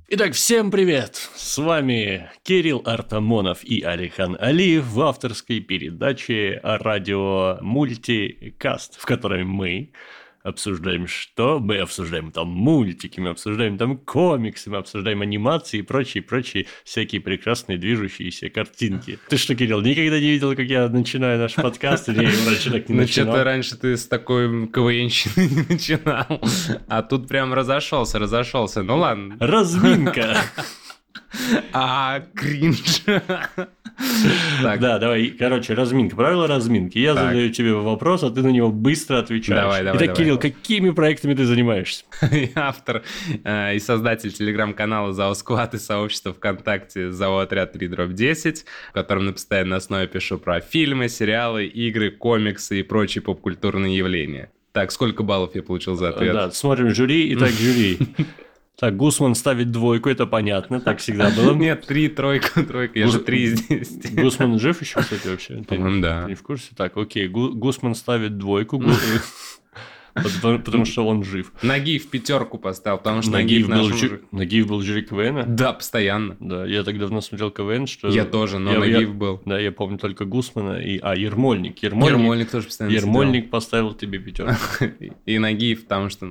Итак, всем привет! С вами Кирилл Артамонов и Алихан Алиев в авторской передаче радио Мультикаст, в которой мы обсуждаем что? Мы обсуждаем там мультики, мы обсуждаем там комиксы, мы обсуждаем анимации и прочие всякие прекрасные движущиеся картинки. Ты что, Кирилл, никогда не видел, как я начинаю наш подкаст? Или я раньше так не начинал? Ну, что-то раньше ты с такой КВНщиной не начинал. А тут прям разошелся. Ну ладно. Разминка! Кринж. Да, давай, короче, разминка. Правила разминки. Я задаю тебе вопрос, а ты на него быстро отвечаешь. Давай. Итак, Кирилл, какими проектами ты занимаешься? Я автор и создатель телеграм-канала «ЗАО Сквад» и сообщества ВКонтакте «ЗАО Отряд 3/10», в котором на постоянной основе пишу про фильмы, сериалы, игры, комиксы и прочие попкультурные явления. Так, сколько баллов я получил за ответ? Да, смотрим жюри. Итак, жюри. Так, Гусман ставит 2, это понятно, так всегда было. Нет, 3, тройка, я же 3 из 10. Гусман жив еще, кстати, вообще? По-моему, да. Ты не в курсе? Так, окей, Гусман ставит 2, потому что он жив. Нагиев 5 поставил, потому что Нагиев наш мужик. Нагиев был в жюри КВНа? Да, постоянно. Да, я так давно смотрел КВН, что... Я тоже, но Нагиев был. Да, я помню только Гусмана и... Ермольник. Ермольник тоже постоянно Ермольник сидел. Поставил тебе 5. И Нагиев, потому что,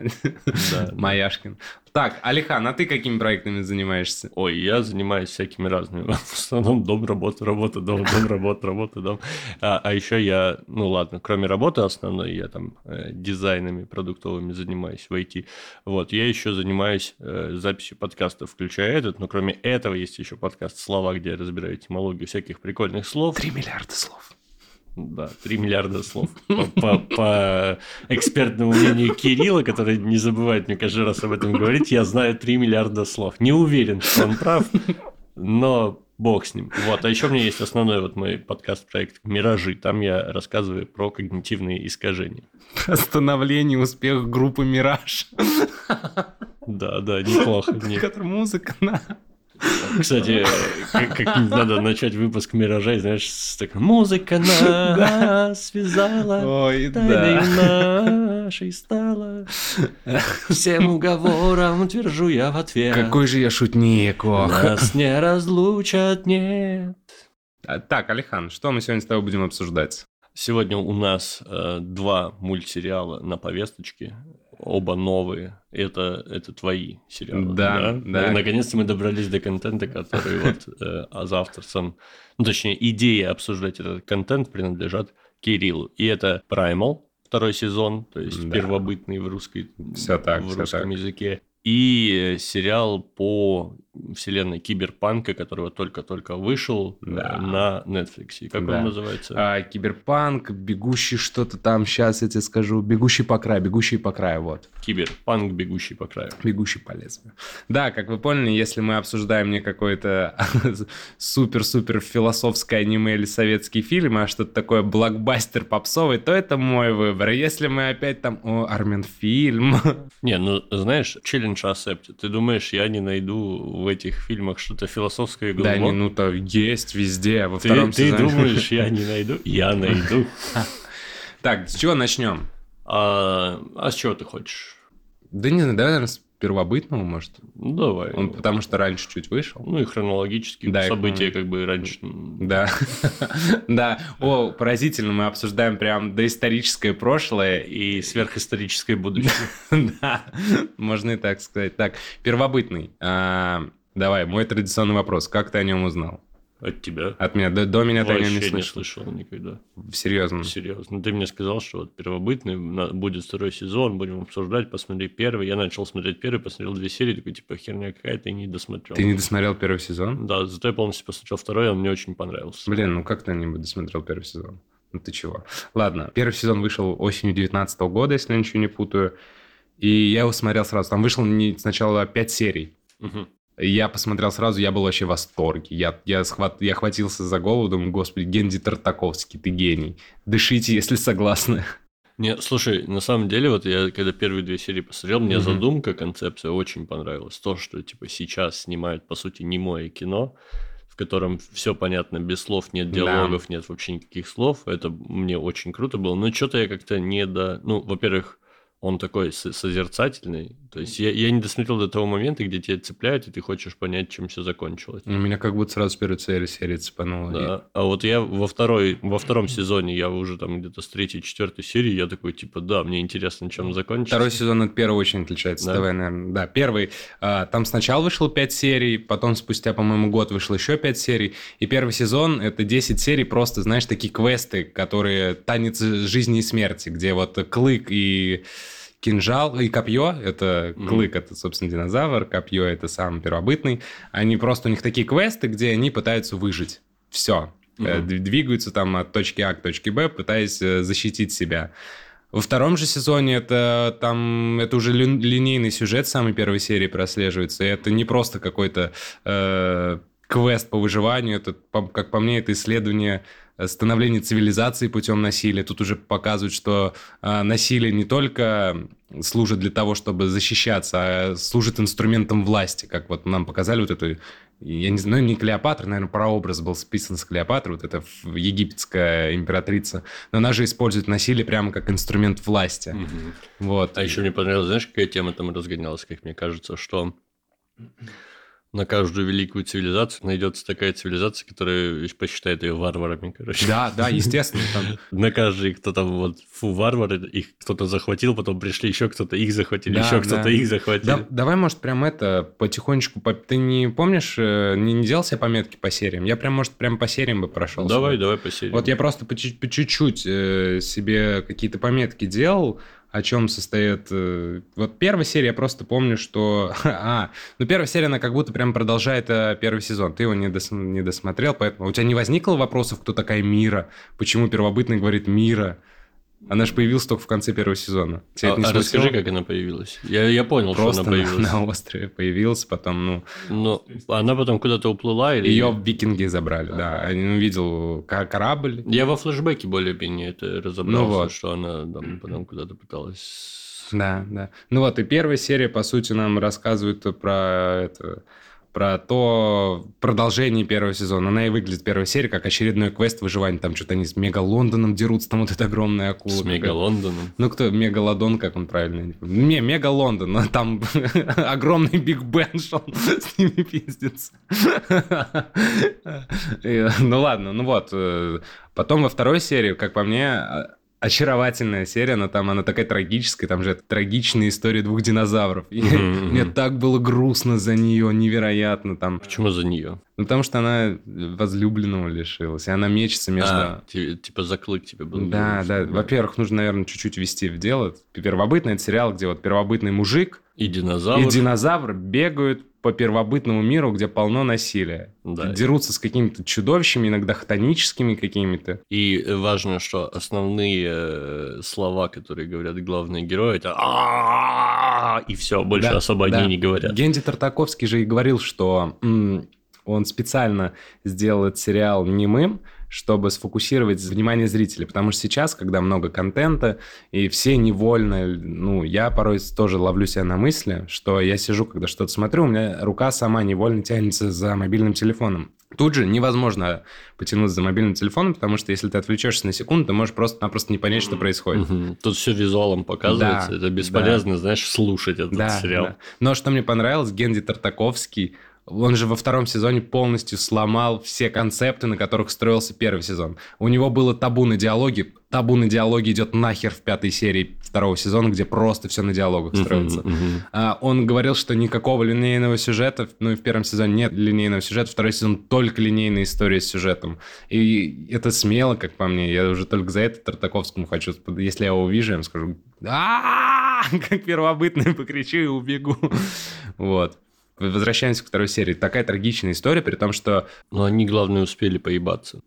Маяшкин. Так, Алихан, а ты какими проектами занимаешься? Ой, я занимаюсь всякими разными. В основном дом, работа, дом, работа, дом. А еще я, кроме работы основной, я там дизайнами продуктовыми занимаюсь в IT. Вот, я еще занимаюсь записью подкастов, включая этот, но кроме этого есть еще подкаст «Слова», где я разбираю этимологию всяких прикольных слов. 3 миллиарда слов. Да, 3 миллиарда слов. По экспертному мнению Кирилла, который не забывает мне каждый раз об этом говорить, я знаю 3 миллиарда слов. Не уверен, что он прав, но бог с ним. Вот. А еще у меня есть основной мой подкаст-проект «Миражи». Там я рассказываю про когнитивные искажения. Становление, успех группы «Мираж». Да, неплохо. Музыка, Кстати, как надо начать выпуск «Миражей», знаешь, с такой «Музыка нас связала, ой, тайной нашей стала, всем уговорам твержу я в ответ. Какой же я шутник, нас не разлучат, нет». Так, Алихан, что мы сегодня с тобой будем обсуждать? Сегодня у нас 2 мультсериала на повесточке. Оба новые. Это твои сериалы. Да. И наконец-то мы добрались до контента, который за авторством, точнее, идеи обсуждать этот контент принадлежат Кириллу. И это Primal, 2 сезон, то есть первобытный в русском языке. И сериал по вселенной Киберпанка, который только-только вышел на Netflix. Как он называется? Киберпанк, бегущий что-то там, сейчас я тебе скажу, бегущий по краю, вот. Киберпанк, бегущий по краю. Бегущий по лезвию. Да, как вы поняли, если мы обсуждаем не какой-то супер-супер философское аниме или советский фильм, а что-то такое блокбастер попсовый, то это мой выбор. Если мы опять там, Арменфильм... Не, знаешь, челлендж accepted. Ты думаешь, я не найду в этих фильмах что-то философское и глубокое? Да, есть везде, во втором сезоне. Ты думаешь, я не найду? Я найду. Так, с чего начнем? А с чего ты хочешь? Да не знаю, давай, наверное, с первобытного, может. Давай. Он потому что раньше чуть вышел. И хронологически события как бы раньше. Да. Да. Поразительно, мы обсуждаем прям доисторическое прошлое и сверхисторическое будущее. Да, можно и так сказать. Так, первобытный. Давай, мой традиционный вопрос. Как ты о нем узнал? От тебя. От меня. До меня ты о нем не слышал. Не слышал никогда. Серьезно? Серьезно. Ты мне сказал, что первобытный, будет 2 сезон, будем обсуждать, посмотри 1. Я начал смотреть 1, посмотрел 2 серии, такой, херня какая-то, и не досмотрел. Ты не досмотрел 1 сезон? Да, зато я полностью посмотрел 2, он мне очень понравился. Блин, как ты не досмотрел 1 сезон? Ты чего? Ладно, 1 сезон вышел осенью 2019 года, если я ничего не путаю, и я его смотрел сразу. Там вышло сначала 5 серий. Угу. Я посмотрел сразу, я был вообще в восторге. Я хватился за голову, думаю, господи, Генди Тартаковский, ты гений. Дышите, если согласны. Не, слушай, на самом деле, я когда первые 2 серии посмотрел, мне задумка, концепция очень понравилась. То, что сейчас снимают, по сути, немое кино, в котором все понятно, без слов, нет диалогов, нет вообще никаких слов. Это мне очень круто было. Но что-то я как-то во-первых, он такой созерцательный. То есть я не досмотрел до того момента, где тебя цепляют, и ты хочешь понять, чем все закончилось. У меня как будто сразу с первой серии цепануло. Да. А вот я во втором сезоне, я уже там где-то с 3-4 серии, я такой, типа, да, мне интересно, чем закончится. Второй сезон от первого очень отличается. Да? ТВ, наверное. Да, первый. Там сначала вышло 5 серий, потом спустя, по-моему, год вышло еще 5 серий. И первый сезон — это 10 серий просто, знаешь, такие квесты, которые танец жизни и смерти, где вот Клык и кинжал и копье, это Клык, это, собственно, динозавр, копье — это сам первобытный. Они просто, у них такие квесты, где они пытаются выжить. Все. Двигаются там от точки А к точке Б, пытаясь защитить себя. Во втором же сезоне это уже линейный сюжет самой первой серии прослеживается. И это не просто какой-то квест по выживанию, это, как по мне, это исследование становления цивилизации путем насилия. Тут уже показывают, что насилие не только служит для того, чтобы защищаться, а служит инструментом власти, как вот нам показали вот эту, я не знаю, не Клеопатра, наверное, прообраз был списан с Клеопатры, вот эта египетская императрица, но она же использует насилие прямо как инструмент власти. Вот. А еще мне понравилось, знаешь, какая тема там разгонялась, как мне кажется, что на каждую великую цивилизацию найдется такая цивилизация, которая посчитает ее варварами, короче. Да, естественно. На каждый, кто там вот, варвары, их кто-то захватил, потом пришли еще кто-то, их захватили, еще кто-то их захватил. Давай, может, прям потихонечку... Ты не помнишь, не делал себе пометки по сериям? Я прям, может, прям по сериям бы прошел. Давай по сериям. Вот я просто по чуть-чуть себе какие-то пометки делал, о чем состоит... Вот первая серия, я просто помню, что... первая серия, она как будто прям продолжает первый сезон. Ты его не досмотрел, поэтому... У тебя не возникло вопросов, кто такая Мира? Почему первобытный говорит Мира? Она же появилась только в конце первого сезона. Расскажи, как она появилась. Я понял, просто что она появилась. На острове появилась, потом, Но она потом куда-то уплыла? Или... Ее викинги забрали, да. Я увидел корабль. Я во флешбеке более-менее это разобрался, что она там потом куда-то пыталась... Да. Ну вот, и первая серия, по сути, нам рассказывает про то продолжение первого сезона. Она и выглядит, первая серия, как очередной квест выживания. Там что-то они с Мегалондоном дерутся, там вот эта огромная акула. С Мегалондоном? Ну, кто? Мегалодон, как он правильно? Не, Мегалондон, но там огромный Биг Бен шел с ними пиздец. Ну ладно, ну вот. Потом во второй серии, как по мне... Очаровательная серия, она такая трагическая, там же трагичная история двух динозавров. И мне так было грустно за нее, невероятно. Там. Почему за нее? Ну, потому что она возлюбленного лишилась, и она мечется между... Типа за Клык тебе было. Да. Во-первых, нужно, наверное, чуть-чуть ввести в дело. Первобытный — это сериал, где вот первобытный мужик и динозавр бегают по первобытному миру, где полно насилия. Да. Дерутся с какими-то чудовищами, иногда хтоническими какими-то. И важно, что основные слова, которые говорят главные герои, это и все, больше особо они не говорят. Генди Тартаковский же и говорил, что он специально сделал этот сериал немым, чтобы сфокусировать внимание зрителей. Потому что сейчас, когда много контента, и все невольно... я порой тоже ловлю себя на мысли, что я сижу, когда что-то смотрю, у меня рука сама невольно тянется за мобильным телефоном. Тут же невозможно потянуться за мобильным телефоном, потому что если ты отвлечешься на секунду, ты можешь просто-напросто не понять, что происходит. Тут все визуалом показывается, это бесполезно, знаешь, слушать этот сериал. Да. Но что мне понравилось, Генди Тартаковский, он же во втором сезоне полностью сломал все концепты, на которых строился первый сезон. У него было табу на диалоги. Табу на диалоги идет нахер в 5 серии второго сезона, где просто все на диалогах строится. Он говорил, что никакого линейного сюжета, и в первом сезоне нет линейного сюжета, второй сезон только линейная история с сюжетом. И это смело, как по мне. Я уже только за это Тартаковскому хочу. Если я его увижу, я ему скажу: как первобытный, покричу и убегу. Вот. Возвращаемся к второй серии. Такая трагичная история, при том, что... Но они, главное, успели поебаться.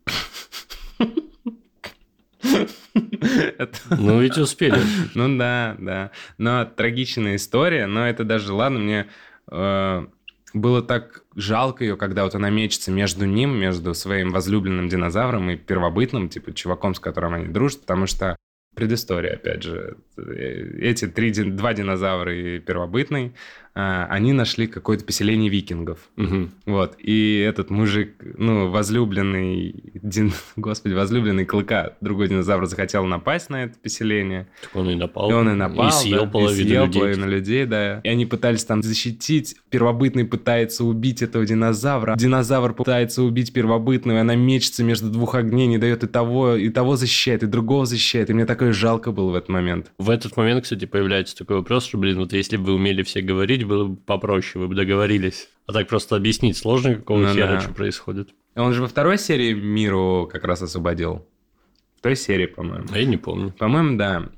Ну, ведь успели. Ну, да. Но трагичная история, но это даже... Ладно, мне было так жалко ее, когда вот она мечется между своим возлюбленным динозавром и первобытным, типа, чуваком, с которым они дружат, потому что предыстория, опять же. Эти два динозавра и первобытный, они нашли какое-то поселение викингов. Мгм. Вот. И этот мужик, возлюбленный, возлюбленный Клыка, другой динозавр, захотел напасть на это поселение. Так он и напал. И он и напал, И съел да, половину и съел людей. половину людей, да. И они пытались там защитить. Первобытный пытается убить этого динозавра. Динозавр пытается убить первобытного, и она мечется между двух огней, не дает и того защищает, и другого защищает. И мне такое жалко было в этот момент. В этот момент, кстати, появляется такой вопрос, что, вот если бы вы умели все говорить, было бы попроще, вы бы договорились. А так просто объяснить сложно, какого хера, да. что происходит. Он же во второй серии миру как раз освободил. В той серии, по-моему. А я не помню. По-моему, да.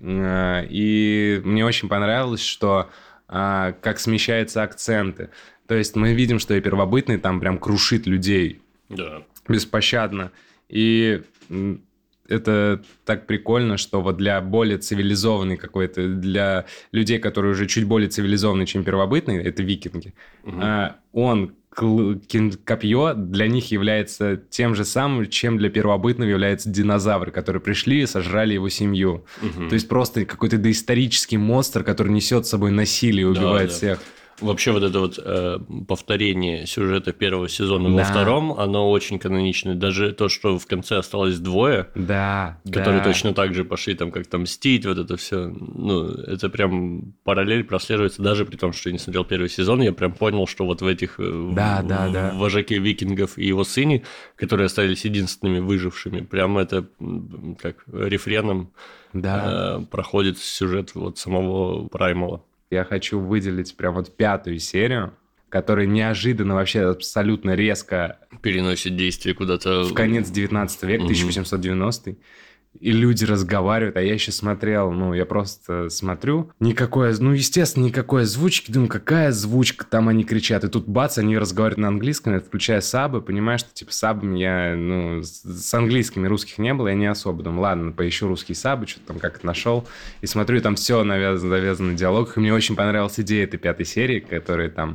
И мне очень понравилось, что как смещаются акценты. То есть мы видим, что и первобытный там прям крушит людей. Да. Беспощадно. И это так прикольно, что вот для более цивилизованной какой-то, для людей, которые уже чуть более цивилизованные, чем первобытные, это викинги, он, копье, для них является тем же самым, чем для первобытного являются динозавры, которые пришли и сожрали его семью. То есть просто какой-то доисторический монстр, который несет с собой насилие и убивает всех. Вообще вот это вот повторение сюжета первого сезона во втором, оно очень каноничное. Даже то, что в конце осталось двое, которые точно так же пошли там как-то мстить, вот это все. Это прям параллель прослеживается, даже при том, что я не смотрел первый сезон, я прям понял, что вот в этих вожаке викингов и его сыне, которые остались единственными выжившими, прям это как рефреном проходит сюжет вот самого Праймала. Я хочу выделить прям вот 5-ю серию, которая неожиданно вообще абсолютно резко переносит действие куда-то в конец 19 века, 1890-й. И люди разговаривают, а я еще смотрел, я просто смотрю, естественно, никакой озвучки, думаю, какая озвучка, там они кричат, и тут бац, они разговаривают на английском, включая сабы, понимаешь, что типа сабами я, с английскими русских не было, я не особо, думаю, ладно, поищу русские сабы, что-то там как-то нашел, и смотрю, и там все завязано на диалогах, и мне очень понравилась идея этой 5-й серии, которая там,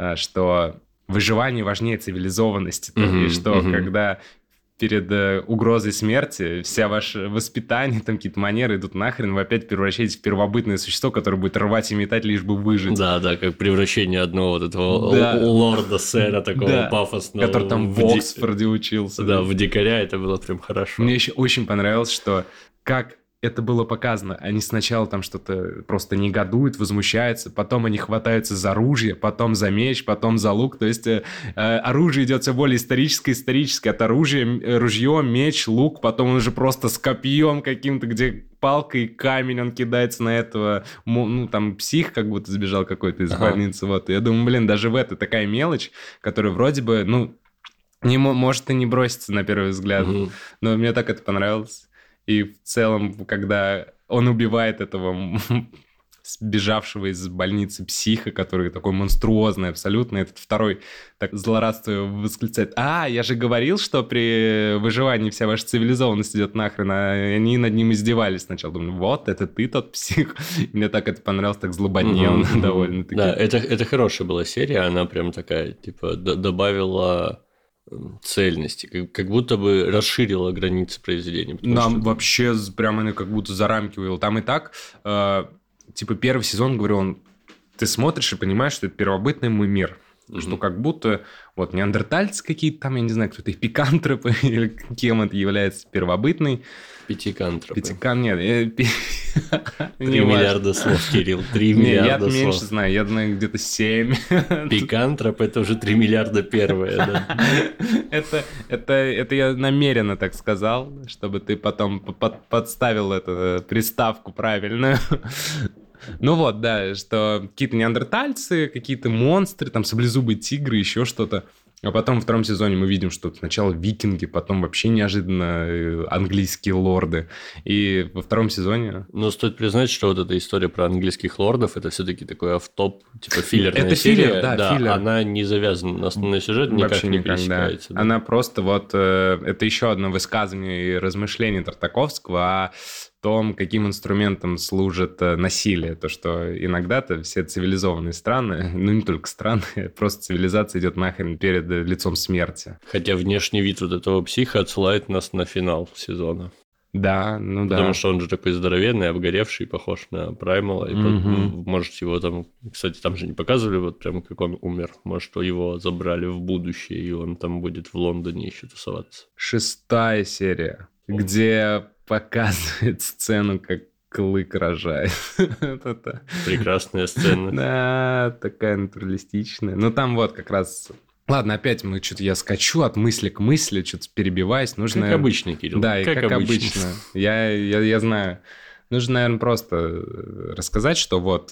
что выживание важнее цивилизованности, и что когда перед угрозой смерти вся ваше воспитание, там какие-то манеры идут нахрен, вы опять превращаетесь в первобытное существо, которое будет рвать и метать, лишь бы выжить. Да, как превращение одного вот этого лорда-сэра такого пафосного. Который там в Оксфорде учился. Да, в дикаря, это было прям хорошо. Мне еще очень понравилось, что как это было показано. Они сначала там что-то просто негодуют, возмущаются, потом они хватаются за ружье, потом за меч, потом за лук. То есть оружие идет все более историческое. От оружия, ружье, меч, лук, потом он уже просто с копьем каким-то, где палкой и камень он кидается на этого, там псих как будто сбежал какой-то из больницы. Вот. И я думаю, даже в это такая мелочь, которая вроде бы, может и не бросится на первый взгляд, но мне так это понравилось. И в целом, когда он убивает этого сбежавшего из больницы психа, который такой монструозный абсолютно, этот второй так злорадствуя восклицает: я же говорил, что при выживании вся ваша цивилизованность идет нахрен, а они над ним издевались сначала. Думаю, вот, это ты тот псих. Мне так это понравилось, так злободневно довольно-таки. Да, это хорошая была серия, она прям такая, типа, добавила цельности, как будто бы расширила границы произведения. Нам вообще прям она как будто за рамки вывела. Там и так, первый сезон, говорю, ты смотришь и понимаешь, что это первобытный мир. Что как будто вот неандертальцы какие-то там, я не знаю, кто-то пикантропы, или кем это является первобытный. Пятикантропы. Нет. 3 миллиарда слов, Кирилл, 3 миллиарда слов. Я меньше знаю, я знаю где-то 7. Пикантроп – это уже 3 миллиарда первое, да? Это я намеренно так сказал, чтобы ты потом подставил эту приставку правильную. Что какие-то неандертальцы, какие-то монстры, там саблезубые тигры, еще что-то. А потом во втором сезоне мы видим, что сначала викинги, потом вообще неожиданно английские лорды. И во втором сезоне... Но стоит признать, что вот эта история про английских лордов, это все-таки такой автоп, типа филлерная серия. Это филлер. Она не завязана на основной сюжет, никак не пересекается. Да. Она просто это еще одно высказывание и размышление Тартаковского о том, каким инструментом служит насилие. То, что иногда-то все цивилизованные страны, не только страны, просто цивилизация идет нахрен перед лицом смерти. Хотя внешний вид вот этого психа отсылает нас на финал сезона. Да, ну да. Потому что он же такой здоровенный, обгоревший, похож на Праймала. И может, его там... Кстати, там же не показывали, вот прям как он умер. Может, его забрали в будущее, и он там будет в Лондоне еще тусоваться. 6-я серия, где показывает сцену, как Клык рожает. Прекрасная сцена. Да, такая натуралистичная. Но там вот как раз... Ладно, опять я скачу от мысли к мысли, что-то перебиваюсь. Нужно, как обычно, Кирилл. Да, как обычно. Я знаю. Нужно, наверное, просто рассказать, что вот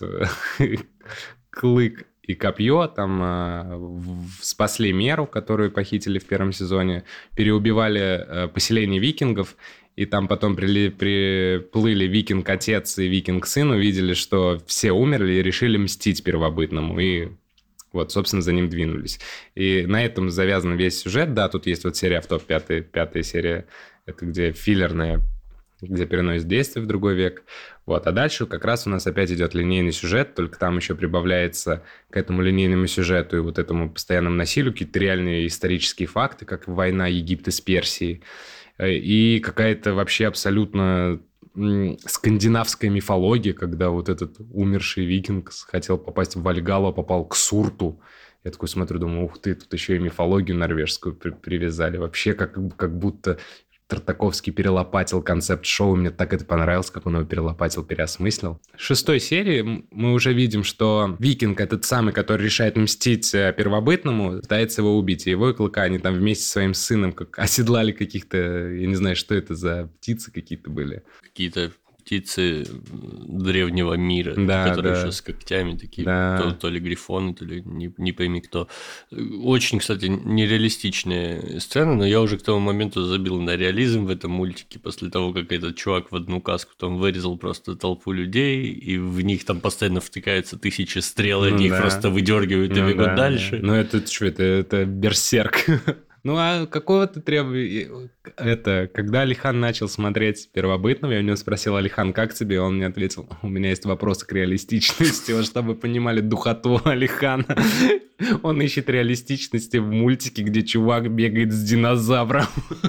Клык и Копье там спасли Меру, которую похитили в первом сезоне, переубивали поселение викингов, и там потом приплыли викинг-отец и викинг-сын, увидели, что все умерли и решили мстить первобытному, и вот, собственно, за ним двинулись. И на этом завязан весь сюжет. Да, тут есть вот серия «Автоп», пятая серия, это где филлерная, где переносит действие в другой век. Вот. А дальше как раз у нас опять идет линейный сюжет, только там еще прибавляется к этому линейному сюжету и вот этому постоянному насилию какие-то реальные исторические факты, как война Египта с Персией, и какая-то вообще абсолютно скандинавская мифология, когда вот этот умерший викинг хотел попасть в Вальгаллу, а попал к Сурту. Я такой смотрю, думаю, ух ты, тут еще и мифологию норвежскую привязали. Вообще как будто Тартаковский перелопатил концепт шоу. Мне так это понравилось, как он его перелопатил, переосмыслил. В 6-й серии мы уже видим, что викинг, этот самый, который решает мстить первобытному, пытается его убить. И его и Клыка, они там вместе со своим сыном как оседлали каких-то, я не знаю, что это за птицы какие-то были. Какие-то птицы древнего мира, да, которые да. еще с когтями такие, да. то ли грифоны, то ли не пойми кто. Очень, кстати, нереалистичные сцены, но я уже к тому моменту забил на реализм в этом мультике, после того, как этот чувак в одну каску там вырезал просто толпу людей, и в них там постоянно втыкаются 1000 стрел, и они их просто выдергивают и бегут дальше. Ну, это что, это берсерк. Ну, а какого ты требуешь? Это, когда Алихан начал смотреть «Первобытного», я у него спросил: Алихан, как тебе? Он мне ответил: у меня есть вопросы к реалистичности, вот чтобы понимали духоту Алихана. Он ищет реалистичности в мультике, где чувак бегает с динозавром.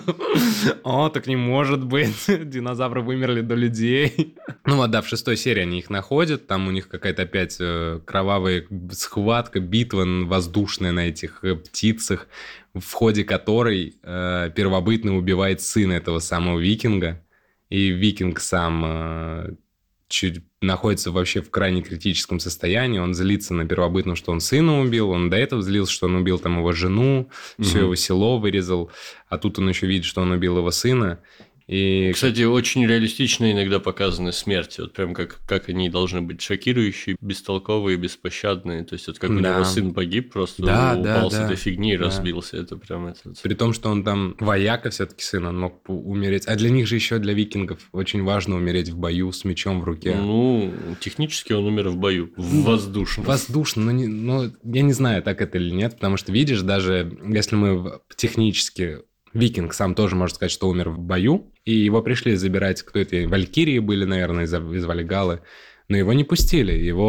О, так не может быть. Динозавры вымерли до людей. Ну вот, да, в 6-й серии они их находят. Там у них какая-то опять кровавая схватка, битва воздушная на этих птицах, в ходе которой первобытный убивает сына этого самого викинга. И викинг сам находится вообще в крайне критическом состоянии. Он злится на первобытного, что он сына убил. Он до этого злился, что он убил там его жену, все его село вырезал. А тут он еще видит, что он убил его сына. И... Кстати, очень реалистично иногда показаны смерти. Вот прям как они должны быть шокирующие, бестолковые, беспощадные. То есть, вот как у него сын погиб, просто упал с этой фигни и разбился. Это прям это... При том, что он там вояка все-таки сын, он мог умереть. А для них же еще, для викингов, очень важно умереть в бою с мечом в руке. Ну, технически он умер в бою. Воздушно. Воздушно. Но я не знаю, так это или нет. Потому что, видишь, даже если мы технически... Викинг сам тоже, можно сказать, что умер в бою, и его пришли забирать, кто это, валькирии были, наверное, из Вальгаллы, но его не пустили,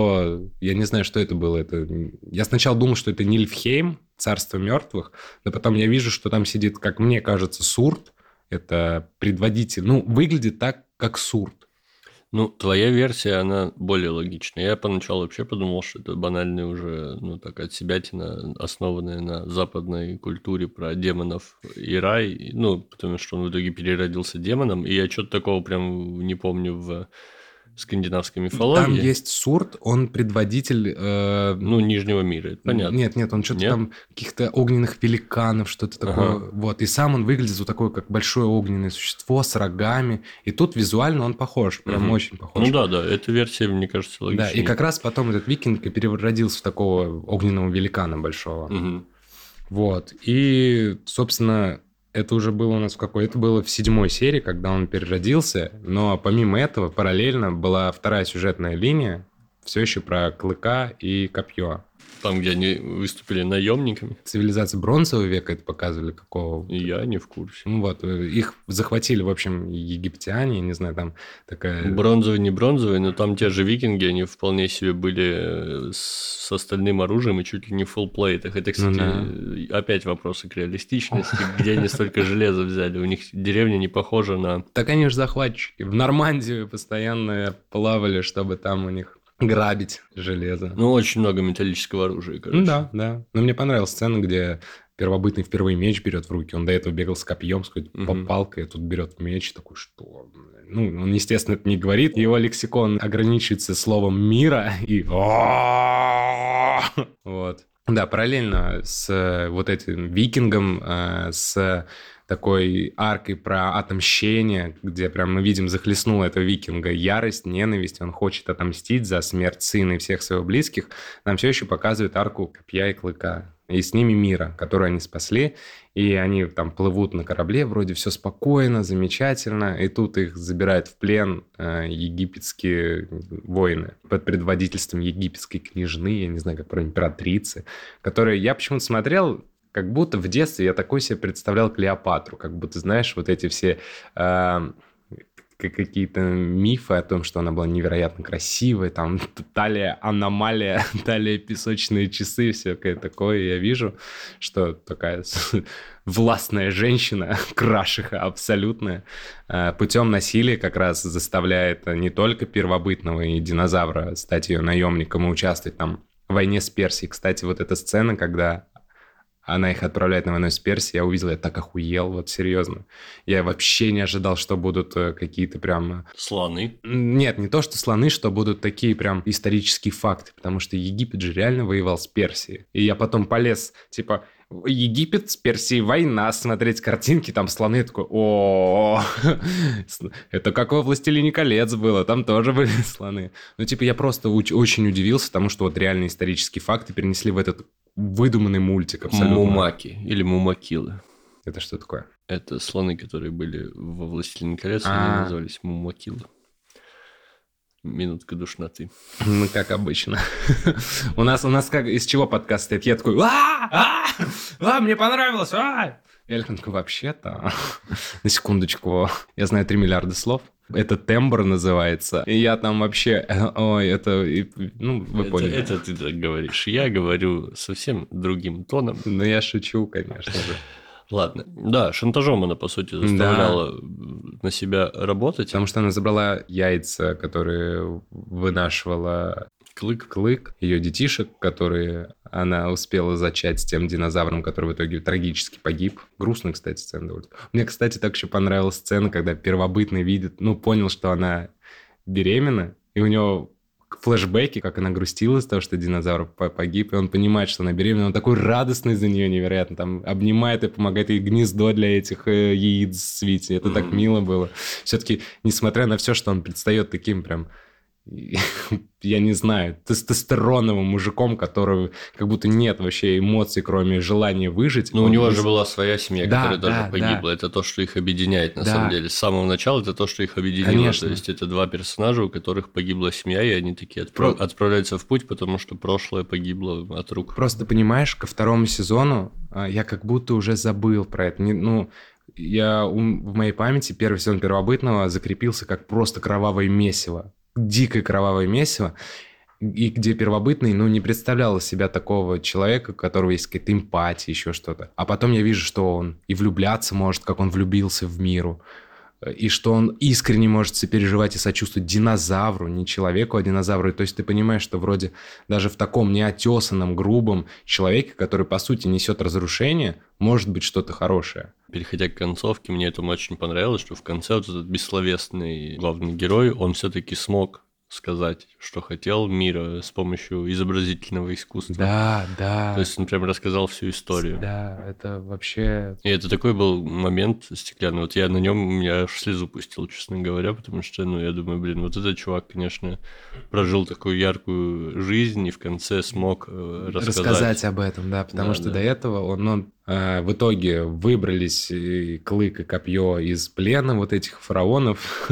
я не знаю, что это было, я сначала думал, что это Нильфхейм, царство мертвых, но потом я вижу, что там сидит, как мне кажется, Сурт, это предводитель, выглядит так, как Сурт. Ну, твоя версия, она более логичная. Я поначалу вообще подумал, что это банальная уже, отсебятина, основанная на западной культуре про демонов и рай, потому что он в итоге переродился демоном, и я что-то такого прям не помню в скандинавской мифологии. Там есть Сурт, он предводитель... Нижнего мира, это понятно. Нет, он что-то там каких-то огненных великанов, что-то такое. Вот, и сам он выглядит вот такое, как большое огненное существо с рогами. И тут визуально он похож, прям очень похож. Ну да, эта версия, мне кажется, логичнее. Да, и как раз потом этот викинг и переродился в такого огненного великана большого. Вот, и, собственно... Это уже было у нас это было в 7-й серии, когда он переродился, но помимо этого параллельно была 2-я сюжетная линия, все еще про Клыка и Копье. Там, где они выступили наемниками. Цивилизация бронзового века это показывали какого? Я не в курсе. Ну вот, их захватили, в общем, египтяне, не знаю, там такая... Бронзовый, не бронзовый, но там те же викинги, они вполне себе были с остальным оружием и чуть ли не в фулл-плейтах. Это, кстати, опять вопросы к реалистичности, где они столько железа взяли. У них деревня не похожа на... Так они же захватчики. В Нормандию постоянно плавали, чтобы там у них... грабить железо. Ну, очень много металлического оружия, короче. Да, да. Но мне понравилась сцена, где первобытный впервые меч берет в руки. Он до этого бегал с копьем, с какой-то палкой, а тут берет меч, такой, что... Ну, он, естественно, это не говорит. Его лексикон ограничивается словом «мира» и... Вот. Да, параллельно с вот этим викингом, с такой аркой про отмщение, где прям мы видим, захлестнула этого викинга ярость, ненависть, он хочет отомстить за смерть сына и всех своих близких, нам все еще показывает арку копья и клыка. И с ними мира, которую они спасли, и они там плывут на корабле, вроде все спокойно, замечательно, и тут их забирают в плен египетские воины под предводительством египетской княжны, я не знаю, как про императрицы, которые я почему-то смотрел, как будто в детстве я такой себе представлял Клеопатру, как будто, знаешь, вот эти все какие-то мифы о том, что она была невероятно красивой, там талия аномалия, талия песочные часы, всякое такое. Я вижу, что такая властная женщина, крашиха абсолютная, путем насилия как раз заставляет не только первобытного и динозавра стать ее наемником и участвовать там в войне с Персией. Кстати, вот эта сцена, когда она их отправляет на войну с Персией, я увидел, я так охуел, вот серьезно. Я вообще не ожидал, что будут какие-то прям... Слоны? Нет, не то, что слоны, что будут такие прям исторические факты, потому что Египет же реально воевал с Персией. И я потом полез, типа, Египет с Персией война, смотреть картинки, там слоны, такой, о, это как во «Властелине колец» было, там тоже были слоны. Ну, типа, я просто очень удивился тому, что вот реально исторические факты перенесли в этот выдуманный мультик абсолютно. Мумаки или мумакилы. Это что такое? Это слоны, которые были во «Властелине колец», они назывались мумакилы. Минутка душноты. Ну, как обычно. У нас как, из чего подкаст стоит? Я такой, мне понравилось, Эльфинг, вообще-то, на секундочку, я знаю 3 миллиарда слов. Это тембр называется. И я там вообще... Ой, это... Ну, вы поняли. Это ты так говоришь. Я говорю совсем другим тоном. Ну, я шучу, конечно же. Ладно. Да, шантажом она, по сути, заставляла на себя работать. Потому что она забрала яйца, которые вынашивала... Клык. Ее детишек, которые она успела зачать с тем динозавром, который в итоге трагически погиб. Грустная, кстати, сцена довольно. Мне, кстати, так еще понравилась сцена, когда первобытный видит, понял, что она беременна, и у него флешбеки, как она грустила из-за того, что динозавр погиб, и он понимает, что она беременна, он такой радостный за нее невероятно, там обнимает и помогает ей гнездо для этих яиц свить. Это так мило было. Все-таки, несмотря на все, что он предстает таким прям... я не знаю, тестостероновым мужиком, которого как будто нет вообще эмоций, кроме желания выжить. Но у него же была своя семья, которая тоже погибла. Да. Это то, что их объединяет, на самом деле. С самого начала это то, что их объединило. Конечно. То есть это 2 персонажа, у которых погибла семья, и они такие отправляются в путь, потому что прошлое погибло от рук. Просто понимаешь, ко 2 сезону я как будто уже забыл про это. В моей памяти 1 сезон первобытного закрепился как просто кровавое месиво. Дикое кровавое месиво, и где первобытный, не представлял из себя такого человека, у которого есть какая-то эмпатия, еще что-то. А потом я вижу, что он и влюбляться может, как он влюбился в миру, и что он искренне может сопереживать и сочувствовать динозавру, не человеку, а динозавру. То есть ты понимаешь, что вроде даже в таком неотесанном, грубом человеке, который, по сути, несет разрушение, может быть что-то хорошее. Переходя к концовке, мне это очень понравилось, что в конце вот этот бессловесный главный герой, он все-таки смог сказать, что хотел мира с помощью изобразительного искусства. Да. То есть он прям рассказал всю историю. Да, это вообще... И это такой был момент стеклянный. Вот я на нем, у меня аж слезу пустил, честно говоря, потому что, я думаю, вот этот чувак, конечно, прожил такую яркую жизнь и в конце смог рассказать об этом, да, потому что до этого он в итоге выбрались клык и копье из плена вот этих фараонов,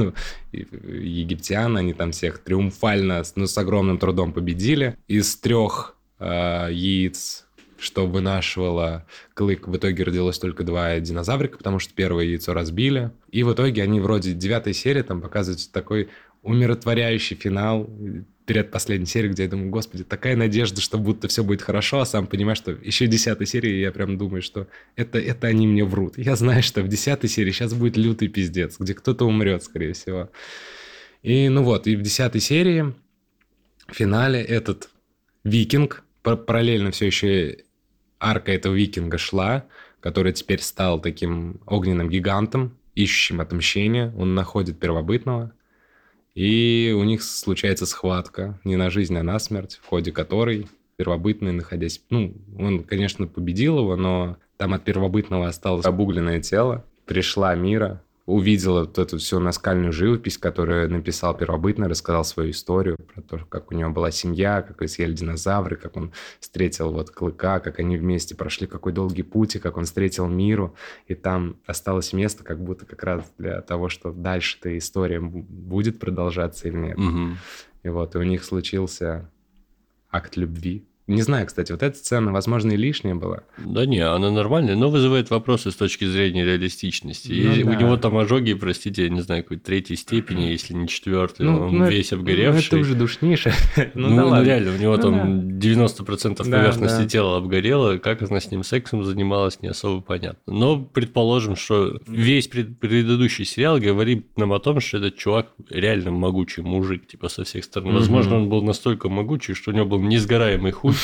египтян, они там всех триумфально, с огромным трудом победили. Из 3 яиц, что вынашивало клык. В итоге родилось только 2 динозаврика, потому что первое яйцо разбили. И в итоге они вроде 9-й серии там показывают такой умиротворяющий финал перед последней серией, где я думаю, господи, такая надежда, что будто все будет хорошо, а сам понимаю, что еще 10-й серии я прям думаю, что это они мне врут. Я знаю, что в 10-й серии сейчас будет лютый пиздец, где кто-то умрет, скорее всего. И ну вот, и в 10-й серии в финале этот викинг, параллельно все еще арка этого викинга шла, который теперь стал таким огненным гигантом, ищущим отмщения. Он находит первобытного, и у них случается схватка не на жизнь, а на смерть, в ходе которой первобытный, находясь... Ну, он, конечно, победил его, но там от первобытного осталось обугленное тело. Пришла Мира, увидела вот эту всю наскальную живопись, которую написал первобытный, рассказал свою историю про то, как у него была семья, как его съели динозавры, как он встретил вот Клыка, как они вместе прошли какой долгий путь, и как он встретил Миру, и там осталось место как будто как раз для того, что дальше-то история будет продолжаться или нет. Угу. И вот, и у них случился акт любви. Не знаю, кстати, вот эта сцена, возможно, и лишняя была. Да не, она нормальная, но вызывает вопросы с точки зрения реалистичности. Ну, И да. у него там ожоги, простите, я не знаю, какой-то 3-й степени, если не 4-й, он весь обгоревший. Ну, это уже душнейшее. Ну, реально, у него там 90% Да, поверхности да. тела обгорело, как она с ним сексом занималась, не особо понятно. Но предположим, что весь предыдущий сериал говорит нам о том, что этот чувак реально могучий мужик, типа, со всех сторон. Возможно, он был настолько могучий, что у него был несгораемый хуй,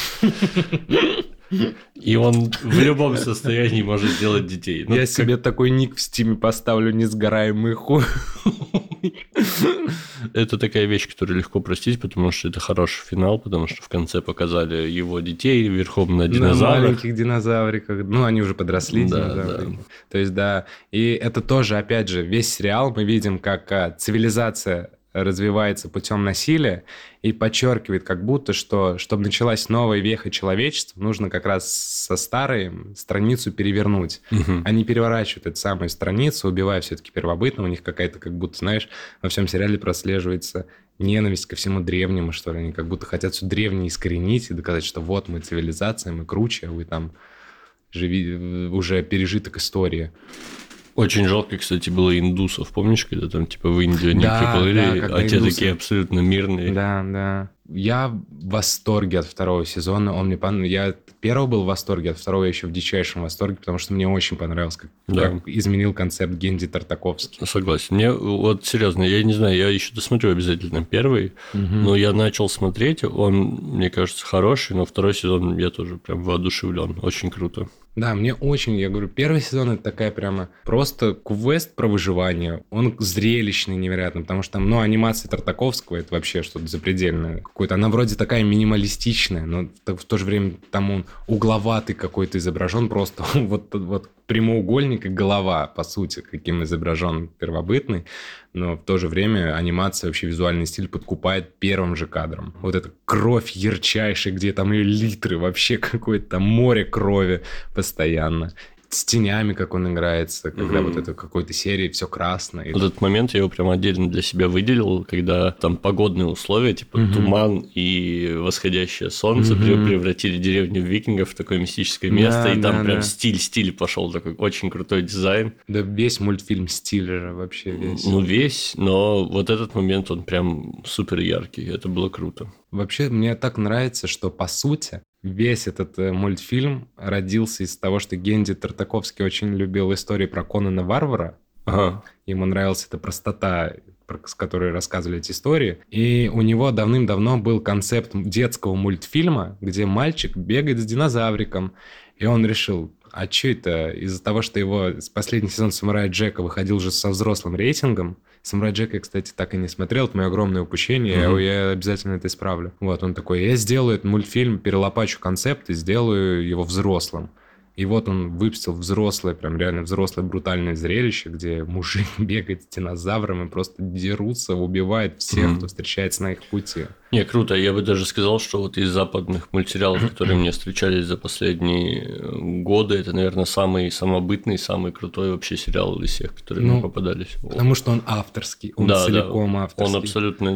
и он в любом состоянии может сделать детей. Ну, Я себе такой ник в Стиме поставлю, несгораемый хуй. Это такая вещь, которую легко простить, потому что это хороший финал, потому что в конце показали его детей верхом на На динозаврах. маленьких динозавриках. Ну, они уже подросли, Да, динозаврики. То есть, да. И это тоже, опять же, весь сериал мы видим, как цивилизация развивается путем насилия и подчеркивает как будто, что чтобы началась новая веха человечества, нужно как раз со старой страницу перевернуть. Мгм. Они переворачивают эту самую страницу, убивая все-таки первобытного. У них какая-то, как будто, знаешь, во всем сериале прослеживается ненависть ко всему древнему, что ли. Они как будто хотят все древнее искоренить и доказать, что вот мы цивилизация, мы круче, а вы там уже пережиток истории. Очень жалко, кстати, было индусов. Помнишь, когда там типа в Индию они Да, приплыли, да, когда а те индусы. такие абсолютно мирные. Да, да. Я в восторге от второго сезона. Он мне Я от первого был в восторге, от второго я еще в дичайшем восторге, потому что мне очень понравилось, как изменил концепт Генди Тартаковский. Согласен. Мне вот серьезно, я не знаю, я еще досмотрю обязательно первый, но я начал смотреть, он, мне кажется, хороший, но второй сезон я тоже прям воодушевлен. Очень круто. Да, мне очень, я говорю, первый сезон это такая прямо просто квест про выживание. Он зрелищный невероятно, потому что там, анимация Тартаковского это вообще что-то запредельное какое-то. Она вроде такая минималистичная, но в то же время там он угловатый какой-то изображен, просто вот прямоугольник и голова, по сути, каким изображен первобытный, но в то же время анимация, вообще визуальный стиль подкупает первым же кадром. Вот эта кровь ярчайшая, где там ее литры, вообще какое-то там море крови постоянно. С тенями, как он играется, когда вот это в какой-то серии все красное. Вот этот момент я его прям отдельно для себя выделил, когда там погодные условия, типа туман и восходящее солнце превратили деревню викингов в такое мистическое место, Да, и там да, прям да. стиль пошел такой, очень крутой дизайн. Да весь мультфильм стиль же вообще весь. Ну, весь, но вот этот момент, он прям супер яркий, это было круто. Вообще, мне так нравится, что, по сути, весь этот мультфильм родился из того, что Генди Тартаковский очень любил истории про Конана Варвара. Ага. Ему нравилась эта простота, с которой рассказывали эти истории. И у него давным-давно был концепт детского мультфильма, где мальчик бегает с динозавриком. И он решил, а что это? Из-за того, что его последний сезон «Самурая Джека» выходил уже со взрослым рейтингом. «Самурай Джека» я, кстати, так и не смотрел, это мое огромное упущение, я обязательно это исправлю. Вот, он такой, я сделаю этот мультфильм, перелопачу концепт и сделаю его взрослым. И вот он выпустил взрослое, прям реально взрослое брутальное зрелище, где мужик бегает с динозавром и просто дерутся, убивает всех, кто встречается на их пути. Не, круто. Я бы даже сказал, что вот из западных мультсериалов, которые мне встречались за последние годы, это, наверное, самый самобытный, самый крутой вообще сериал из всех, которые мне попадались. Потому что он авторский, он целиком авторский. Он абсолютно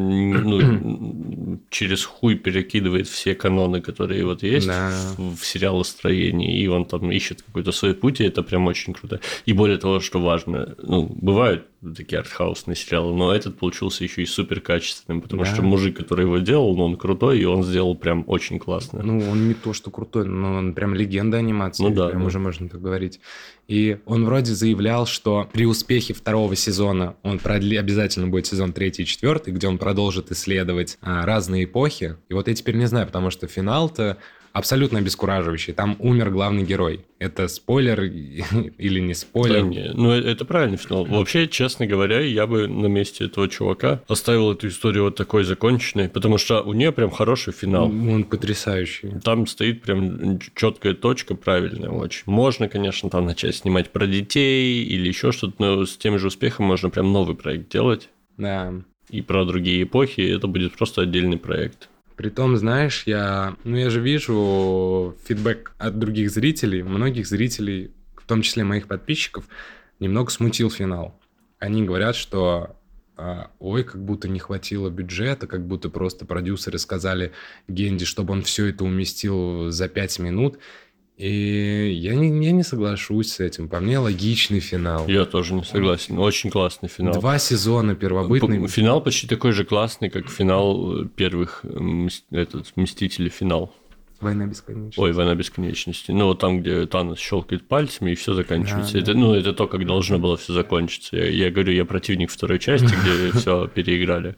через хуй перекидывает все каноны, которые вот есть в сериалостроении, и он там ищет какой-то свой путь, и это прям очень круто. И более того, что важно, бывают такие артхаусные сериалы, но этот получился еще и супер качественным, потому что мужик, который его делал, он крутой, и он сделал прям очень классно. Он не то, что крутой, но он прям легенда анимации, прям уже можно так говорить. И он вроде заявлял, что при успехе второго сезона он обязательно будет сезон 3 и 4, где он продолжит исследовать разные эпохи. И вот я теперь не знаю, потому что финал-то абсолютно обескураживающий. Там умер главный герой. Это спойлер или не спойлер? Да, не, это правильный финал. Вообще, честно говоря, я бы на месте этого чувака оставил эту историю вот такой законченной, потому что у нее прям хороший финал. Он потрясающий. Там стоит прям четкая точка, правильная очень. Можно, конечно, там начать снимать про детей или еще что-то, но с тем же успехом можно прям новый проект делать. Да. И про другие эпохи, это будет просто отдельный проект. Притом, знаешь, я же вижу фидбэк от других зрителей, многих зрителей, в том числе моих подписчиков, немного смутил финал. Они говорят, что как будто не хватило бюджета, как будто просто продюсеры сказали Генди, чтобы он все это уместил за 5 минут. И я не соглашусь с этим. По мне, логичный финал. Я тоже не согласен. Очень классный финал. 2 сезона первобытный. Финал почти такой же классный, как финал первых «Мстителей» финал. «Война бесконечности». Ой, «Война бесконечности». Вот там, где Танос щелкает пальцами, и все заканчивается. Это то, как должно было все закончиться. Я говорю, я противник второй части, где все переиграли.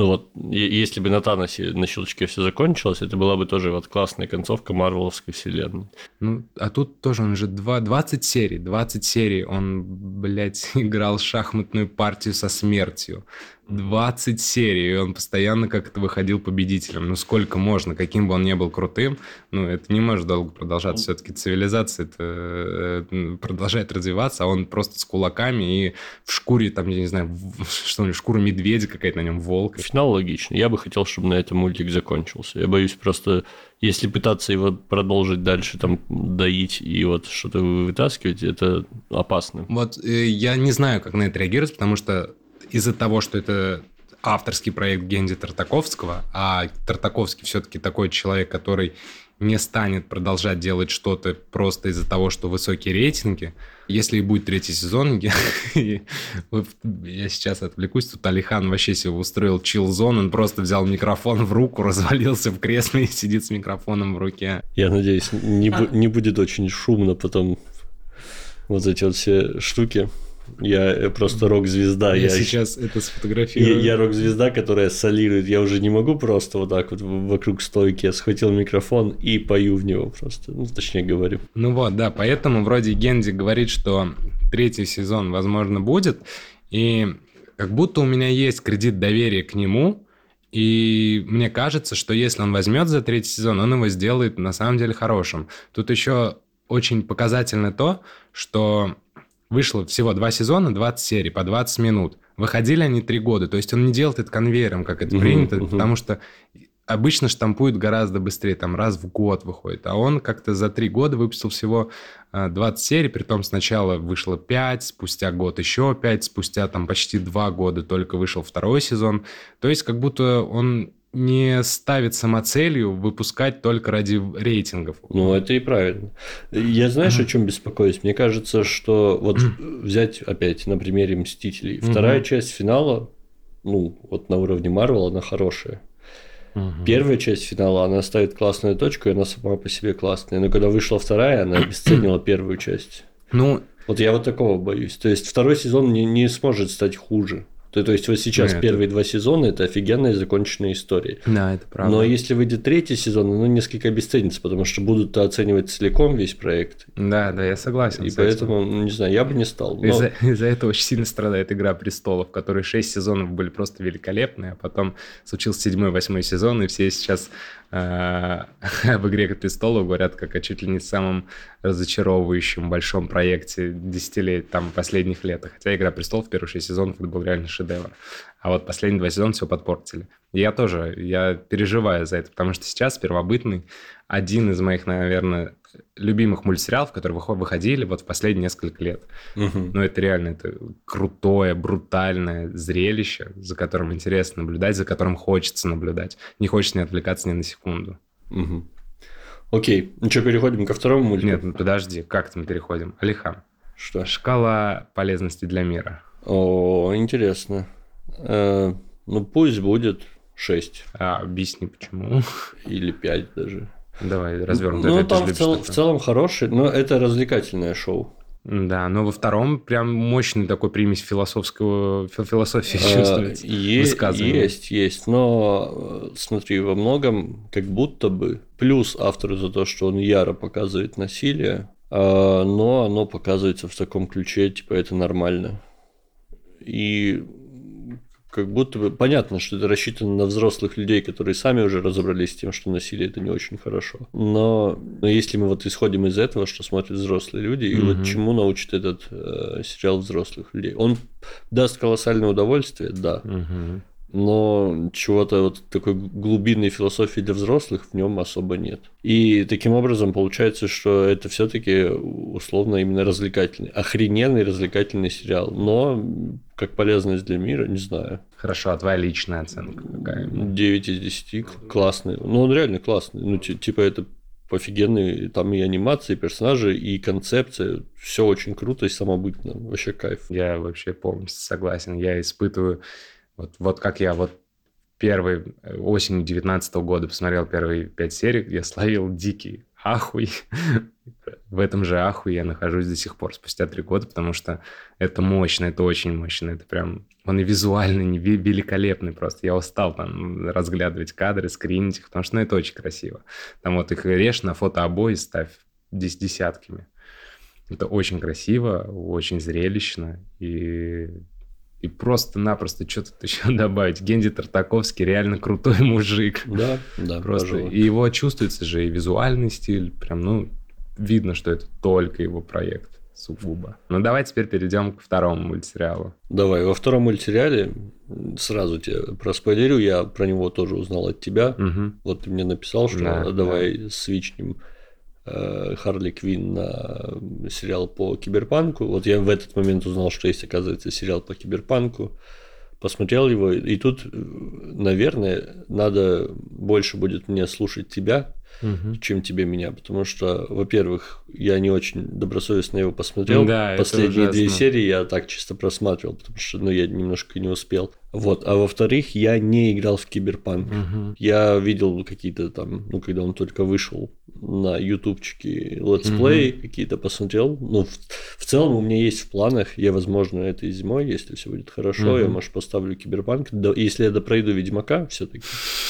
Если бы на Таносе на щелчке все закончилось, это была бы тоже классная концовка марвеловской вселенной. А тут тоже он же 20 серий. 20 серий он, играл шахматную партию со смертью. 20 серий, и он постоянно как-то выходил победителем. Сколько можно, каким бы он ни был крутым, это не может долго продолжаться. Все-таки цивилизация это продолжает развиваться, а он просто с кулаками и в шкуре, там, я не знаю, шкура медведя какая-то на нем, волк. Финал логичный. Я бы хотел, чтобы на этом мультик закончился. Я боюсь просто, если пытаться его продолжить дальше, там, доить и что-то вытаскивать, это опасно. Я не знаю, как на это реагировать, потому что из-за того, что это авторский проект Генди Тартаковского, а Тартаковский все-таки такой человек, который не станет продолжать делать что-то просто из-за того, что высокие рейтинги. Если и будет 3-й сезон, я сейчас отвлекусь, тут Алихан вообще себе устроил чил-зон, он просто взял микрофон в руку, развалился в кресле и сидит с микрофоном в руке. Я надеюсь, не будет очень шумно потом эти все штуки. Я просто рок-звезда. Я сейчас это сфотографирую. Я рок-звезда, которая солирует. Я уже не могу просто вокруг стойки. Я схватил микрофон и пою в него просто. Точнее говорю. Поэтому вроде Генди говорит, что 3-й сезон, возможно, будет. И как будто у меня есть кредит доверия к нему. И мне кажется, что если он возьмет за 3-й сезон, он его сделает на самом деле хорошим. Тут еще очень показательно то, что вышло всего 2 сезона, 20 серий, по 20 минут. Выходили они 3 года. То есть он не делает это конвейером, как это принято, потому что обычно штампуют гораздо быстрее, там раз в год выходит. А он как-то за 3 года выпустил всего 20 серий, притом сначала вышло 5, спустя год еще 5, спустя там почти 2 года только вышел 2-й сезон. То есть как будто он не ставит самоцелью выпускать только ради рейтингов. Это и правильно. Я знаешь, о чем беспокоюсь? Мне кажется, что взять опять на примере «Мстителей». Вторая часть финала, на уровне Марвел, она хорошая. Первая часть финала, она ставит классную точку, и она сама по себе классная. Но когда вышла вторая, она обесценила первую часть. Я такого боюсь. То есть 2-й сезон не сможет стать хуже. То есть сейчас первые 2 сезона – это офигенные законченные истории. Да, это правда. Но если выйдет 3-й сезон, оно несколько обесценится, потому что будут оценивать целиком весь проект. Да, я согласен. И поэтому, не знаю, я бы не стал. Из-за этого очень сильно страдает «Игра престолов», в которой 6 сезонов были просто великолепные, а потом случился 7-й, 8-й сезон, и все сейчас об «Игре престолов» говорят как о чуть ли не самом разочаровывающем большом проекте десятилетий, последних лет. Хотя «Игра престолов» первые 6 сезонов это был реально шедевр. шедевр. А вот последние 2 сезона все подпортили. И я переживаю за это, потому что сейчас «Первобытный» один из моих, наверное, любимых мультсериалов, которые выходили вот в последние несколько лет. Но это реально это крутое, брутальное зрелище, за которым интересно наблюдать, за которым хочется наблюдать. Не хочется не отвлекаться ни на секунду. Окей. Ну что, переходим ко второму мультику? Нет, подожди, как мы переходим? Алихан. Что? Шкала полезности для мира. О, интересно. Ну, пусть будет 6. Объясни, почему. Или 5 даже. Давай, развернуто. Ну, там в целом хороший, но это развлекательное шоу. Да, но во втором прям мощный такой примесь философии чувствуется. Есть. Но смотри, во многом как будто бы плюс автору за то, что он яро показывает насилие, но оно показывается в таком ключе, типа это нормально. И как будто бы понятно, что это рассчитано на взрослых людей, которые сами уже разобрались с тем, что насилие это не очень хорошо. Но если мы вот исходим из этого, что смотрят взрослые люди, и вот чему научит этот сериал взрослых людей? Он даст колоссальное удовольствие, да. Но чего-то вот такой глубинной философии для взрослых в нем особо нет. И таким образом получается, что это все-таки условно именно развлекательный, охрененный развлекательный сериал. Но как полезность для мира, не знаю. Хорошо, а твоя личная оценка какая? 9 из 10, классный. Ну, он реально классный. Ну, типа это офигенные, там и анимации, и персонажи, и концепция. Все очень круто и самобытно. Вообще кайф. Я вообще полностью согласен. Я испытываю... Вот как я осенью 2019 года посмотрел первые 5 серий, я словил дикий ахуй. В этом же ахуе я нахожусь до сих пор, спустя 3 года, потому что это мощно, это очень мощно. Это прям... Он и визуально великолепный просто. Я устал там разглядывать кадры, скринить их, потому что это очень красиво. Там вот их режь на фотообои, ставь десятками. Это очень красиво, очень зрелищно и просто-напросто что-то еще добавить. Генди Тартаковский реально крутой мужик. Да, просто. Пожалуй. И его чувствуется же и визуальный стиль. Прям, видно, что это только его проект. Сугубо. Ну, давай теперь перейдем к второму мультсериалу. Давай, во втором мультсериале сразу тебе проспойлерю, я про него тоже узнал от тебя. Вот ты мне написал, что давай свичнем Харли Квинн на сериал по киберпанку. Вот я в этот момент узнал, что есть, оказывается, сериал по киберпанку. Посмотрел его, и тут, наверное, надо больше будет мне слушать тебя, чем тебе меня, потому что, во-первых, я не очень добросовестно его посмотрел. Да, последние 2 серии я так чисто просматривал, потому что я немножко не успел. Вот. А во-вторых, я не играл в киберпанк. Я видел какие-то там, когда он только вышел на ютубчике летсплей, какие-то посмотрел. Ну, в целом у меня есть в планах, я, возможно, этой зимой, если все будет хорошо, я, может, поставлю киберпанк. Если я допройду Ведьмака все-таки.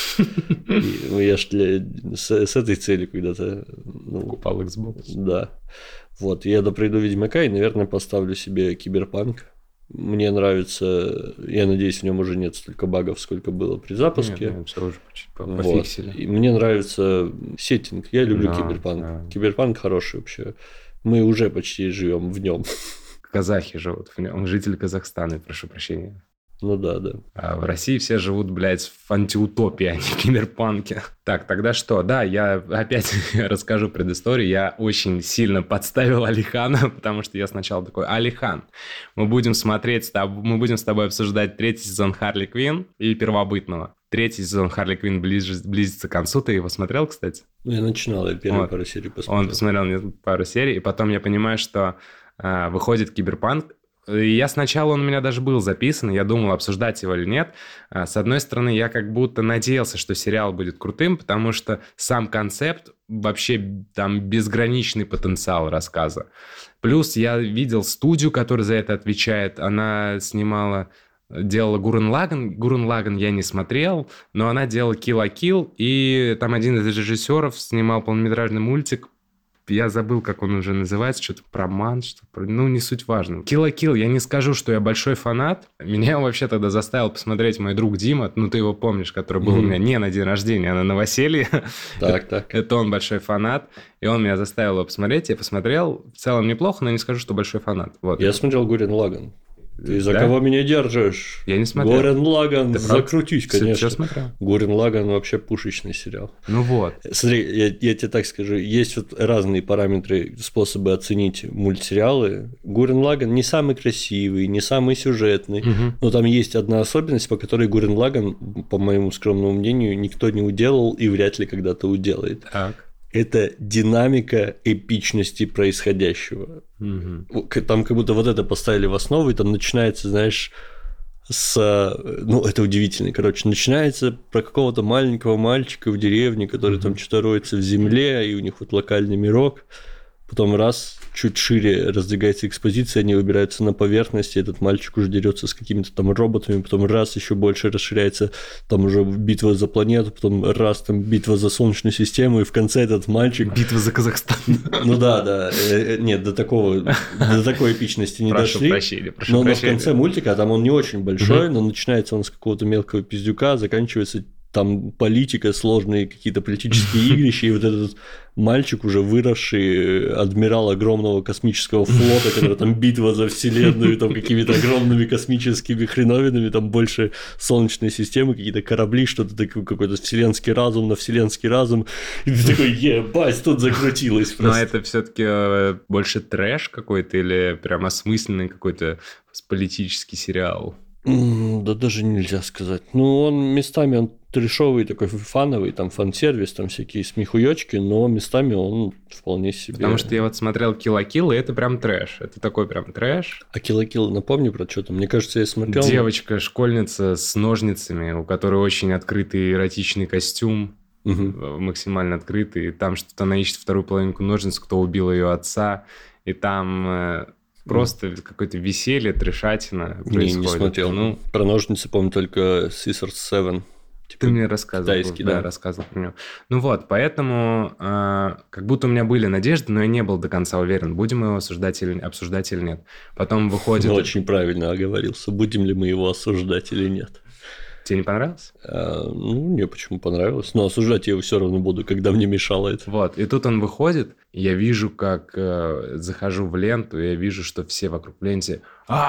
Я ж с этой целью когда-то покупал Xbox. Да. Вот, я допройду Ведьмака и, наверное, поставлю себе киберпанк. Мне нравится, я надеюсь, в нем уже нет столько багов, сколько было при запуске. Нет, все уже пофиксили. И мне нравится сеттинг. Я люблю киберпанк. Да. Киберпанк хороший вообще. Мы уже почти живем в нем. Казахи живут в нем. Жители Казахстана, прошу прощения. Ну да. А в России все живут, блядь, в антиутопии, а не в киберпанке. Так, тогда что? Да, я опять расскажу предысторию. Я очень сильно подставил Алихана, потому что я сначала такой: Алихан, мы будем с тобой обсуждать 3-й сезон Харли Квинн и Первобытного. 3-й сезон Харли Квинн близится к концу. Ты его смотрел, кстати? Я начинал, я первые пару серий посмотрел. Он посмотрел пару серий, и потом я понимаю, что выходит киберпанк. Я сначала, он у меня даже был записан, я думал, обсуждать его или нет. С одной стороны, я как будто надеялся, что сериал будет крутым, потому что сам концепт, вообще там безграничный потенциал рассказа. Плюс я видел студию, которая за это отвечает, она делала Гуррен Лаганн я не смотрел, но она делала Kill la Kill, и там один из режиссеров снимал полнометражный мультик. Я забыл, как он уже называется, что-то про ман, не суть важно. Kill la Kill, я не скажу, что я большой фанат. Меня вообще тогда заставил посмотреть мой друг Дима, ты его помнишь, который был у меня не на день рождения, а на новоселье. Так. Это он большой фанат, и он меня заставил его посмотреть. Я посмотрел, в целом неплохо, но не скажу, что большой фанат. Вот. Я смотрел Гуррен Лаганн. Ты за кого меня держишь? Я не смотрел. Гуррен Лаганн, Ты закрутись, конечно. Все смотрел? Гуррен Лаганн вообще пушечный сериал. Ну вот. Смотри, я тебе так скажу, есть вот разные параметры, способы оценить мультсериалы. Гуррен Лаганн не самый красивый, не самый сюжетный, но там есть одна особенность, по которой Гуррен Лаганн, по моему скромному мнению, никто не уделал и вряд ли когда-то уделает. Так. Это динамика эпичности происходящего. Там как будто вот это поставили в основу, и там начинается, знаешь, ну, это удивительно, короче, начинается про какого-то маленького мальчика в деревне, который там что-то роется в земле, и у них вот локальный мирок, потом раз, чуть шире раздвигается экспозиция, они выбираются на поверхность, и этот мальчик уже дерется с какими-то там роботами, потом раз, еще больше расширяется, там уже битва за планету, потом раз, там битва за Солнечную систему, и в конце этот мальчик... Битва за Казахстан. Ну да, нет, до такой эпичности не дошли. Прошу прощения. Но в конце мультика, там он не очень большой, но начинается он с какого-то мелкого пиздюка, заканчивается там политика, сложные какие-то политические игрища, и вот этот мальчик, уже выросший адмирал огромного космического флота, который там битва за вселенную, там какими-то огромными космическими хреновинами, там больше Солнечной системы, какие-то корабли, что-то такое, какой-то вселенский разум на вселенский разум, и ты такой, ебать, тут закрутилось просто. Но это все-таки больше трэш какой-то или прям осмысленный какой-то политический сериал? Да даже нельзя сказать. Ну, он местами трэшовый, такой фановый, там фан-сервис, там всякие смехуёчки, но местами он вполне себе... Потому что я вот смотрел Kill la Kill, и это прям трэш. Это такой прям трэш. А Kill la Kill, напомни про что-то. Мне кажется, я смотрел... Девочка, школьница с ножницами, у которой очень открытый эротичный костюм, максимально открытый. Там что-то она ищет вторую половинку ножниц, кто убил ее отца, и там... Просто какое-то веселье, трешатина происходит. Не смотрел. Ну, про ножницы помню только Scissors 7. Типа, ты мне рассказывал. Да, рассказывал про него. Ну вот, поэтому как будто у меня были надежды, но я не был до конца уверен, будем мы его обсуждать или нет. Потом выходит... Очень правильно оговорился. Будем ли мы его осуждать или нет. Тебе не понравилось? Ну, мне почему понравилось. Но осуждать я его все равно буду, когда мне мешало это. Вот, и тут он выходит, и я вижу, как захожу в ленту, и я вижу, что все вокруг в ленте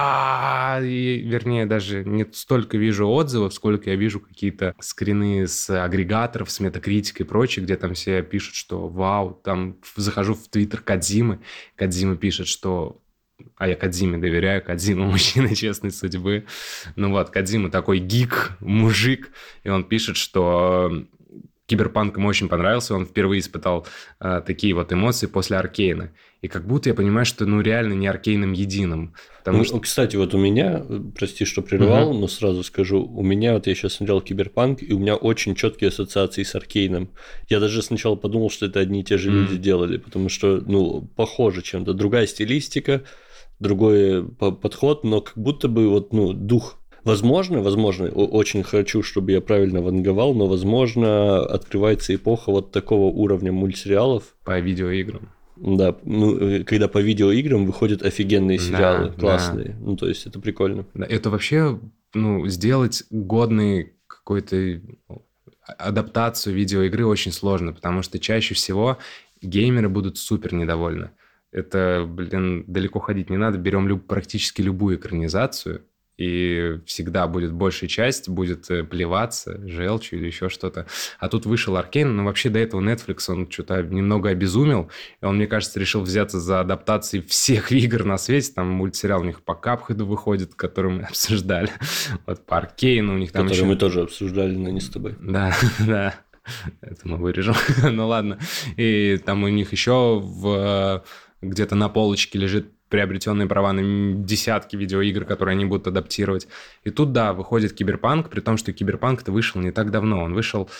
вернее, даже не столько вижу отзывов, сколько я вижу какие-то скрины с агрегаторов, с метакритикой и прочее, где там все пишут, что вау, там захожу в твиттер Кодзимы, Кодзима пишет, что... А я Кодзиме доверяю, Кодзима мужчина честной судьбы. Ну вот, Кодзима такой гик, мужик, и он пишет, что Киберпанк ему очень понравился, он впервые испытал такие вот эмоции после Аркейна. И как будто я понимаю, что ну реально не Аркейном единым. Что... Кстати, вот у меня, прости, что прервал, но сразу скажу, у меня вот я сейчас смотрел Киберпанк, и у меня очень четкие ассоциации с Аркейном. Я даже сначала подумал, что это одни и те же люди делали, потому что, ну, похоже чем-то. Другая стилистика, другой подход, но как будто бы вот, ну, дух. Возможно, очень хочу, чтобы я правильно ванговал, но, возможно, открывается эпоха вот такого уровня мультсериалов. По видеоиграм. Да, ну, когда по видеоиграм выходят офигенные сериалы, классные. Да. Ну, то есть, это прикольно. Да, это вообще, ну, сделать годный какой-то адаптацию видеоигры очень сложно, потому что чаще всего геймеры будут супер недовольны. Это, далеко ходить не надо. Берем практически любую экранизацию, и всегда будет большая часть, будет плеваться желчью или еще что-то. А тут вышел Аркейн, но вообще до этого Netflix, он что-то немного обезумел, и он, мне кажется, решил взяться за адаптации всех игр на свете. Там мультсериал у них по Капхеду выходит, который мы обсуждали. Вот по Аркейну у них там который мы тоже обсуждали, но не с тобой. Да, да. Это мы вырежем. Ну ладно. И там у них еще где-то на полочке лежит приобретенные права на десятки видеоигр, которые они будут адаптировать. И тут, да, выходит Киберпанк, при том, что Киберпанк-то вышел не так давно. Он вышел,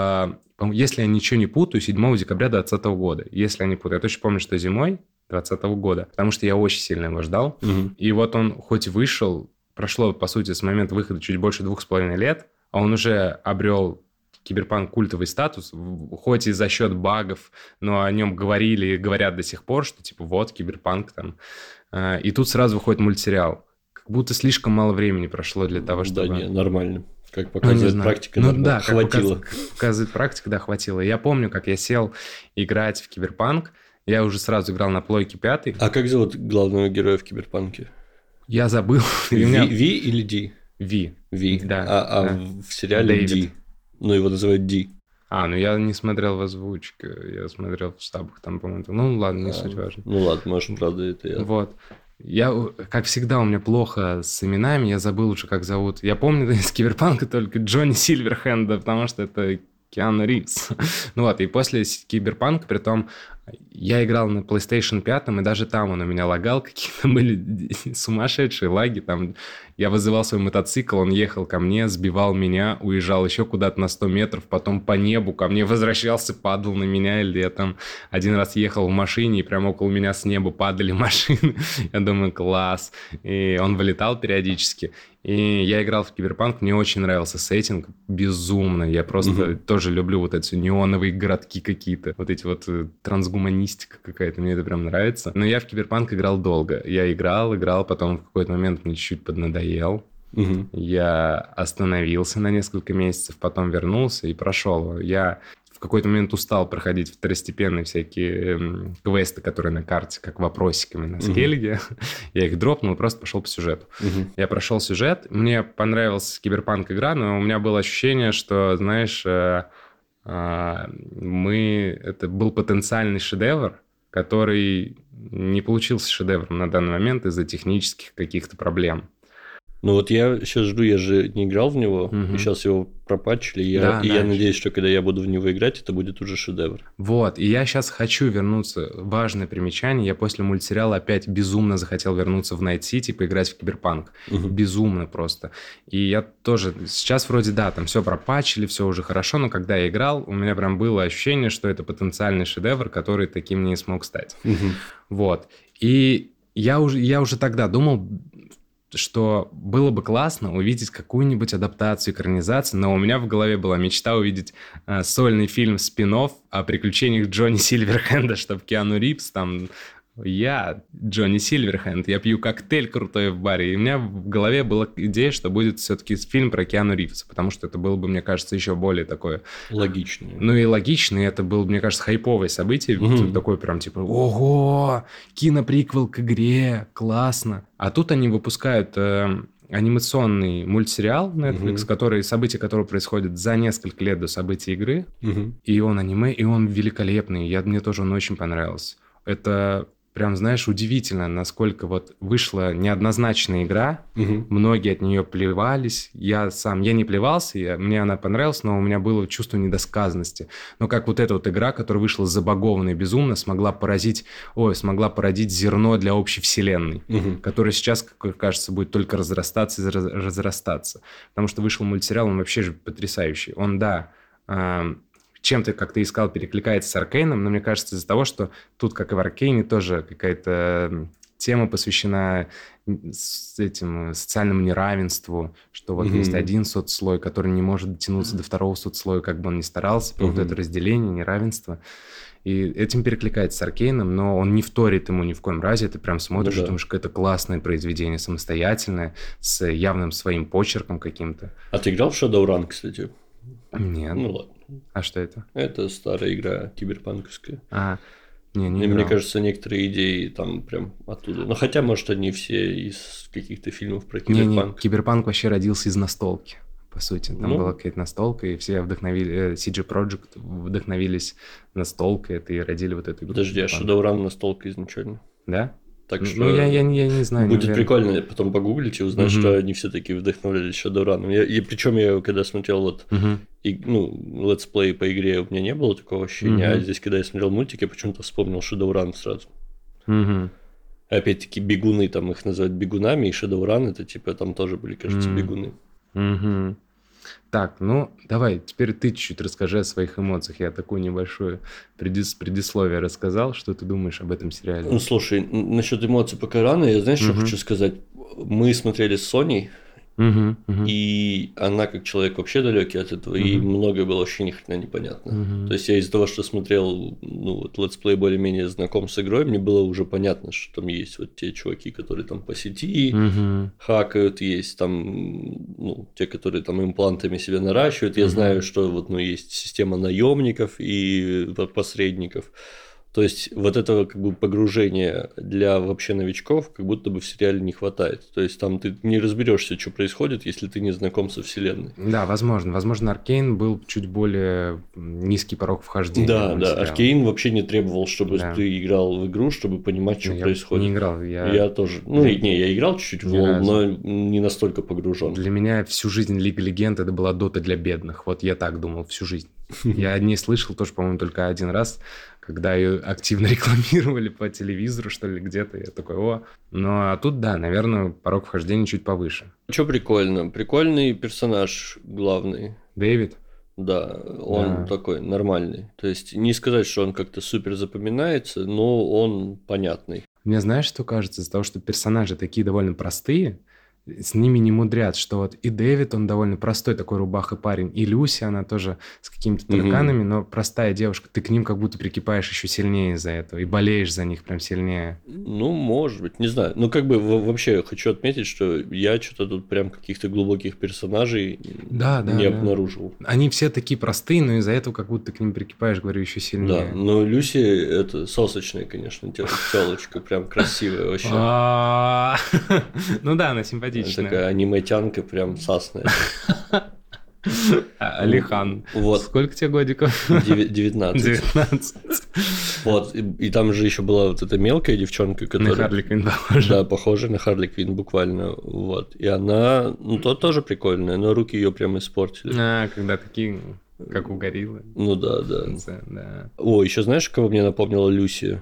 если я ничего не путаю, 7 декабря 2020 года. Если я не путаю. Я точно помню, что зимой 2020 года, потому что я очень сильно его ждал. И вот он хоть вышел, прошло, по сути, с момента выхода чуть больше 2,5 лет, а он уже обрел Киберпанк культовый статус, хоть и за счет багов, но о нем говорили и говорят до сих пор, что типа вот Киберпанк там. И тут сразу выходит мультсериал. Как будто слишком мало времени прошло для того, чтобы... Да, не, нормально. Как показывает практика, да, хватило. Как показывает практика, да, хватило. Я помню, как я сел играть в Киберпанк, я уже сразу играл на плойке 5. А как зовут главного героя в Киберпанке? Я забыл. V или D? V. V, да. А в сериале Дэвид. D. Ну, его называют D. Ну я не смотрел в озвучке, я смотрел в штабах там, по-моему. Ну, ладно, не суть важно. Ну, ладно, может, правда, это я. Вот. Я, как всегда, у меня плохо с именами, я забыл уже, как зовут. Я помню из Киберпанка только Джонни Сильверхенда, потому что это Киану Ривз. Ну вот, и после Киберпанка, притом, я играл на PlayStation 5, и даже там он у меня лагал, какие-то были сумасшедшие лаги. Там я вызывал свой мотоцикл, он ехал ко мне, сбивал меня, уезжал еще куда-то на 100 метров, потом по небу ко мне возвращался, падал на меня. Или я там один раз ехал в машине, и прямо около меня с неба падали машины. Я думаю, класс. И он вылетал периодически. И я играл в Киберпанк, мне очень нравился сеттинг, безумно. Я просто тоже люблю вот эти неоновые городки какие-то, вот эти вот трансгуманистика какая-то, мне это прям нравится. Но я в Киберпанк играл долго. Я играл, потом в какой-то момент мне чуть-чуть поднадоел. Я остановился на несколько месяцев, потом вернулся и прошел. Я в какой-то момент устал проходить второстепенные всякие квесты, которые на карте, как вопросиками на скеллиге. Я их дропнул и просто пошел по сюжету. Я прошел сюжет, мне понравилась Киберпанк игра, но у меня было ощущение, что, знаешь, это был потенциальный шедевр, который не получился шедевром на данный момент из-за технических каких-то проблем. Ну вот я сейчас жду, я же не играл в него, и сейчас его пропатчили, я надеюсь, что когда я буду в него играть, это будет уже шедевр. Вот, и я сейчас хочу вернуться, важное примечание, я после мультсериала опять безумно захотел вернуться в Night City, поиграть в Киберпанк, безумно просто. И я тоже, сейчас вроде там все пропатчили, все уже хорошо, но когда я играл, у меня прям было ощущение, что это потенциальный шедевр, который таким не смог стать. Вот, и я уже тогда думал, что было бы классно увидеть какую-нибудь адаптацию, экранизацию, но у меня в голове была мечта увидеть сольный фильм спин-офф о приключениях Джонни Сильверхенда, чтобы Киану Ривз там... Я Джонни Сильверхенд, я пью коктейль крутой в баре, и у меня в голове была идея, что будет все-таки фильм про Киану Ривза, потому что это было бы, мне кажется, еще более такое... Логичное. Ну и логичное, это было, мне кажется, хайповое событие, такое прям типа, ого, киноприквел к игре, классно. А тут они выпускают... анимационный мультсериал Netflix, события которого происходят за несколько лет до событий игры, и он аниме, и он великолепный, мне тоже он очень понравился. Это прям, знаешь, удивительно, насколько вот вышла неоднозначная игра, многие от нее плевались, я не плевался, мне она понравилась, но у меня было чувство недосказанности. Но как вот эта вот игра, которая вышла забагованно и безумно, смогла породить зерно для общей вселенной, которая сейчас, как кажется, будет только разрастаться и разрастаться. Потому что вышел мультсериал, он вообще же потрясающий. Он, чем-то, как ты искал, перекликается с Аркейном, но мне кажется, из-за того, что тут, как и в Аркейне, тоже какая-то тема посвящена социальному неравенству, что вот есть один соцслой, который не может дотянуться до второго соцслоя, как бы он ни старался, вот это разделение, неравенство. И этим перекликается с Аркейном, но он не вторит ему ни в коем разе. Ты прям смотришь, думаешь, какое-то классное произведение, самостоятельное, с явным своим почерком каким-то. А ты играл в Shadowrun, кстати? Нет. Ну ладно. А что это? Это старая игра киберпанковская. Не И мне кажется, некоторые идеи там прям оттуда. Но хотя, может, они все из каких-то фильмов про киберпанк. Киберпанк вообще родился из настолки, по сути. Там была какая-то настолка, и все CG Projekt вдохновились настолкой, это и родили вот эту игру. Подожди, а Shadowrun настолка изначально? Да? Так что я не знаю. Будет прикольно потом погуглить и узнать, что они все-таки вдохновлялись Shadowrun. Причем я когда смотрел летсплей по игре, у меня не было такого ощущения, а здесь, когда я смотрел мультик, я почему-то вспомнил Shadowrun сразу. Опять-таки бегуны, там их называют бегунами, и Shadowrun это типа там тоже были, кажется, бегуны. Так, давай, теперь ты чуть-чуть расскажи о своих эмоциях. Я такое небольшое предисловие рассказал. Что ты думаешь об этом сериале? Ну, слушай, насчет эмоций пока рано. Я, знаешь, что хочу сказать? Мы смотрели с Соней, и она как человек вообще далекий от этого, и многое было вообще ни хрена непонятно. То есть я из-за того, что смотрел летсплей более-менее знаком с игрой, мне было уже понятно, что там есть вот те чуваки, которые там по сети хакают, есть там те, которые там имплантами себя наращивают. Я знаю, что есть система наемников и посредников. То есть вот этого как бы погружения для вообще новичков как будто бы в сериале не хватает. То есть там ты не разберешься, что происходит, если ты не знаком со вселенной. Да, возможно. Возможно, Аркейн был чуть более низкий порог вхождения. Да, в да. сериал. Аркейн вообще не требовал, чтобы Да. ты играл в игру, чтобы понимать, что Я происходит. не играл. Я тоже. Ну, не, я играл чуть-чуть в Ни LoL, разу. но не настолько погружен. Для меня всю жизнь Лига Легенд это была дота для бедных. Вот я так думал всю жизнь. Я о ней слышал тоже, по-моему, только один раз, когда ее активно рекламировали по телевизору, что ли, где-то. Я такой, о. Ну, а тут, да, наверное, порог вхождения чуть повыше. Что прикольно? Прикольный персонаж главный. Дэвид? Да, он такой нормальный. То есть не сказать, что он как-то супер запоминается, но он понятный. Мне знаешь, что кажется? Из-за того, что персонажи такие довольно простые, с ними не мудрят, что вот и Дэвид, он довольно простой такой рубаха парень, и Люси, она тоже с какими-то тараканами, но простая девушка. Ты к ним как будто прикипаешь еще сильнее из-за этого и болеешь за них прям сильнее. Ну, может быть, не знаю. Ну, как бы вообще хочу отметить, что я что-то тут прям каких-то глубоких персонажей не обнаружил. Они все такие простые, но из-за этого как будто ты к ним прикипаешь, говорю, еще сильнее. Да, но Люси это сосочная, конечно, телочка, прям красивая вообще. Ну да, она симпатичная. Такая аниметянка прям сасная. Алихан. Вот. Сколько тебе годиков? 19. 19. Вот, и там же еще была вот эта мелкая девчонка, которая... На Харли Квинн похожа. Да, похожа на Харли Квинн буквально. Вот. И она, ну, тоже прикольная, но руки ее прям испортили. Когда такие, как у гориллы. Ну да, да. Да. О, еще знаешь, кого мне напомнила Люси?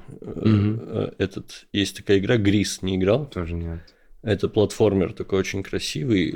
Есть такая игра Грис, не играл? Тоже нет. Это платформер такой очень красивый.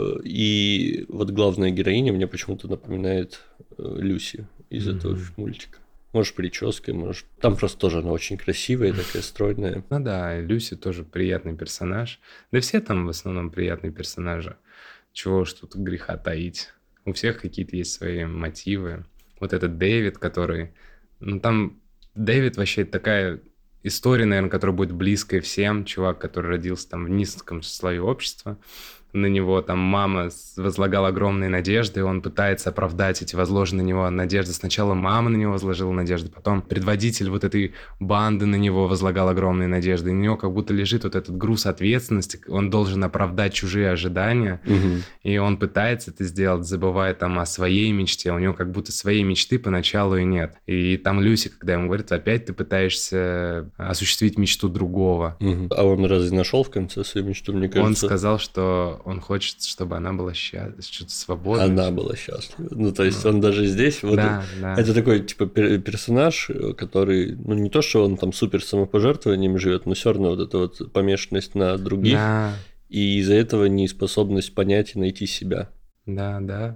И вот главная героиня мне почему-то напоминает Люси из этого мультика. Может, прической, может... Там просто тоже она очень красивая, такая стройная. Ну да, Люси тоже приятный персонаж. Да все там в основном приятные персонажи. Чего ж тут греха таить. У всех какие-то есть свои мотивы. Вот этот Дэвид, который... Ну там Дэвид вообще такая... История, наверное, которая будет близкая всем. Чувак, который родился там в низком слое общества. На него там мама возлагала огромные надежды, и он пытается оправдать эти возложенные на него надежды. Сначала мама на него возложила надежды, потом предводитель вот этой банды на него возлагал огромные надежды. И на него как будто лежит вот этот груз ответственности. Он должен оправдать чужие ожидания. И он пытается это сделать, забывая там о своей мечте. У него как будто своей мечты поначалу и нет. И там Люси, когда ему говорит, опять ты пытаешься осуществить мечту другого. А он разве нашел в конце свою мечту, мне кажется? Он сказал, что он хочет, чтобы она была счастлива, что-то свободна. Она была счастлива. Ну, то есть, он даже здесь... Вот да. Это такой, типа, персонаж, который... Ну, не то, что он там супер самопожертвованиями живет, но все равно вот эта вот помешанность на других. Да. И из-за этого неспособность понять и найти себя. Да.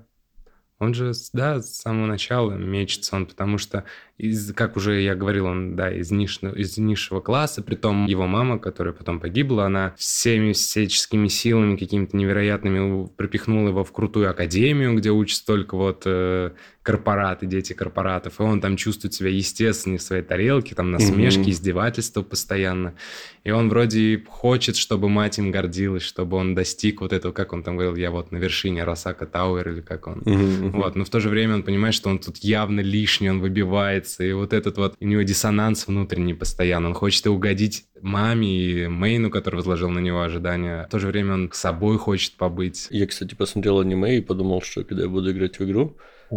Он же, да, с самого начала мечется он, потому что, как уже я говорил, он, да, из низшего класса, притом его мама, которая потом погибла, она всеми всяческими силами какими-то невероятными пропихнула его в крутую академию, где учатся только вот корпораты, дети корпоратов, и он там чувствует себя естественно в своей тарелке, там насмешки, издевательства постоянно, и он вроде хочет, чтобы мать им гордилась, чтобы он достиг вот этого, как он там говорил, я вот на вершине Росака Тауэр, или как он, вот, но в то же время он понимает, что он тут явно лишний, он выбивается, и вот этот вот, у него диссонанс внутренний постоянно, он хочет и угодить маме и Мейну, который возложил на него ожидания, в то же время он с собой хочет побыть. Я, кстати, посмотрел аниме и подумал, что когда я буду играть в игру,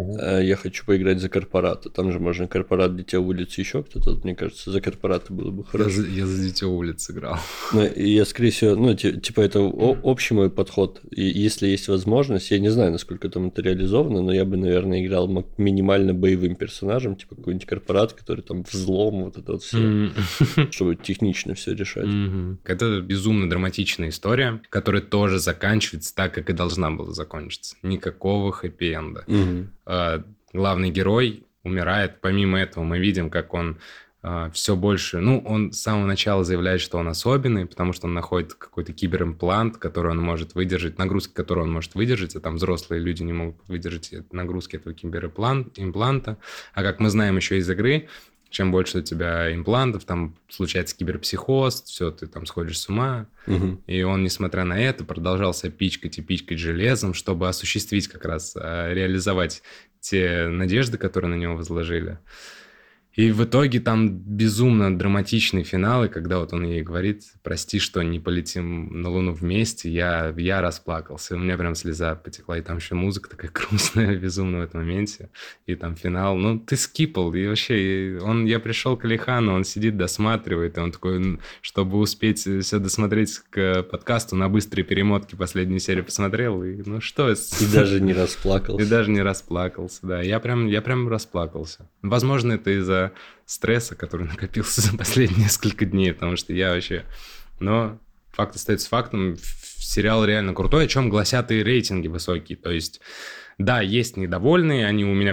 я хочу поиграть за корпораты. Там же можно корпорат, Дитя улиц, еще кто-то. Мне кажется, за корпораты было бы хорошо. Я за Дитя улиц играл. Но я, скорее всего, ну, типа, это общий мой подход. И если есть возможность, я не знаю, насколько там это реализовано, но я бы, наверное, играл минимально боевым персонажем, типа какой-нибудь корпорат, который там взлом, вот это вот все, чтобы технично все решать. Это безумно драматичная история, которая тоже заканчивается так, как и должна была закончиться. Никакого хэппи-энда. Главный герой умирает. Помимо этого мы видим, как он все больше... Ну, он с самого начала заявляет, что он особенный, потому что он находит какой-то киберимплант, который он может выдержать, нагрузки, которые он может выдержать, а там взрослые люди не могут выдержать нагрузки этого киберимпланта. А как мы знаем еще из игры, чем больше у тебя имплантов, там случается киберпсихоз, все, ты там сходишь с ума. И он, несмотря на это, продолжал себя пичкать железом, чтобы осуществить как раз, реализовать те надежды, которые на него возложили. И в итоге там безумно драматичный финал, и когда вот он ей говорит: прости, что не полетим на Луну вместе, я расплакался. У меня прям слеза потекла, и там еще музыка такая грустная, безумно в этом моменте. И там финал, ну, ты скипал, и вообще, я пришел к Алихану, он сидит, досматривает, и он такой, чтобы успеть все досмотреть к подкасту, на быстрые перемотки последнюю серию посмотрел, и ну что... И даже не расплакался. И даже не расплакался, да. Я прям расплакался. Возможно, это из-за стресса, который накопился за последние несколько дней, потому что я вообще... Но факт остается фактом. Сериал реально крутой, о чем гласят и рейтинги высокие. То есть, да, есть недовольные, они у меня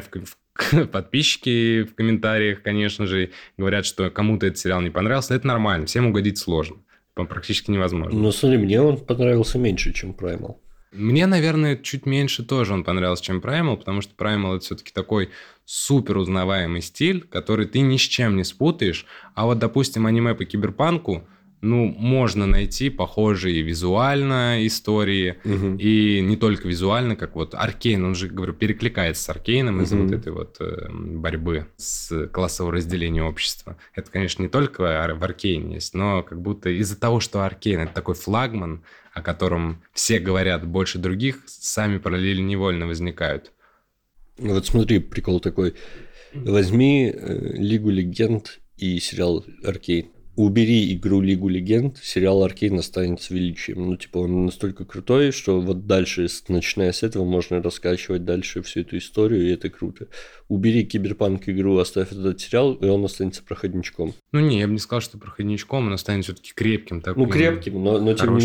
подписчики в комментариях, конечно же, говорят, что кому-то этот сериал не понравился. Это нормально, всем угодить сложно. Практически невозможно. Ну, смотри, мне он понравился меньше, чем Primal. Мне, наверное, чуть меньше тоже он понравился, чем Primal, потому что Primal – это все-таки такой супер узнаваемый стиль, который ты ни с чем не спутаешь. А вот, допустим, аниме по киберпанку, ну, можно найти похожие визуально истории, и не только визуально, как вот Аркейн, он же, говорю, перекликается с Аркейном из-за вот этой вот борьбы с классовым разделением общества. Это, конечно, не только в Аркейне есть, но как будто из-за того, что Аркейн – это такой флагман, о котором все говорят больше других, сами параллели невольно возникают. Вот смотри, прикол такой. Возьми Лигу Легенд и сериал Аркейн. Убери игру Лигу Легенд, сериал Аркейн останется величием. Ну, типа, он настолько крутой, что вот дальше, начиная с этого, можно раскачивать дальше всю эту историю, и это круто. Убери Киберпанк игру, оставь этот сериал, и он останется проходничком. Ну, не, я бы не сказал, что проходничком, он останется все-таки крепким. Таким, ну, крепким, но тем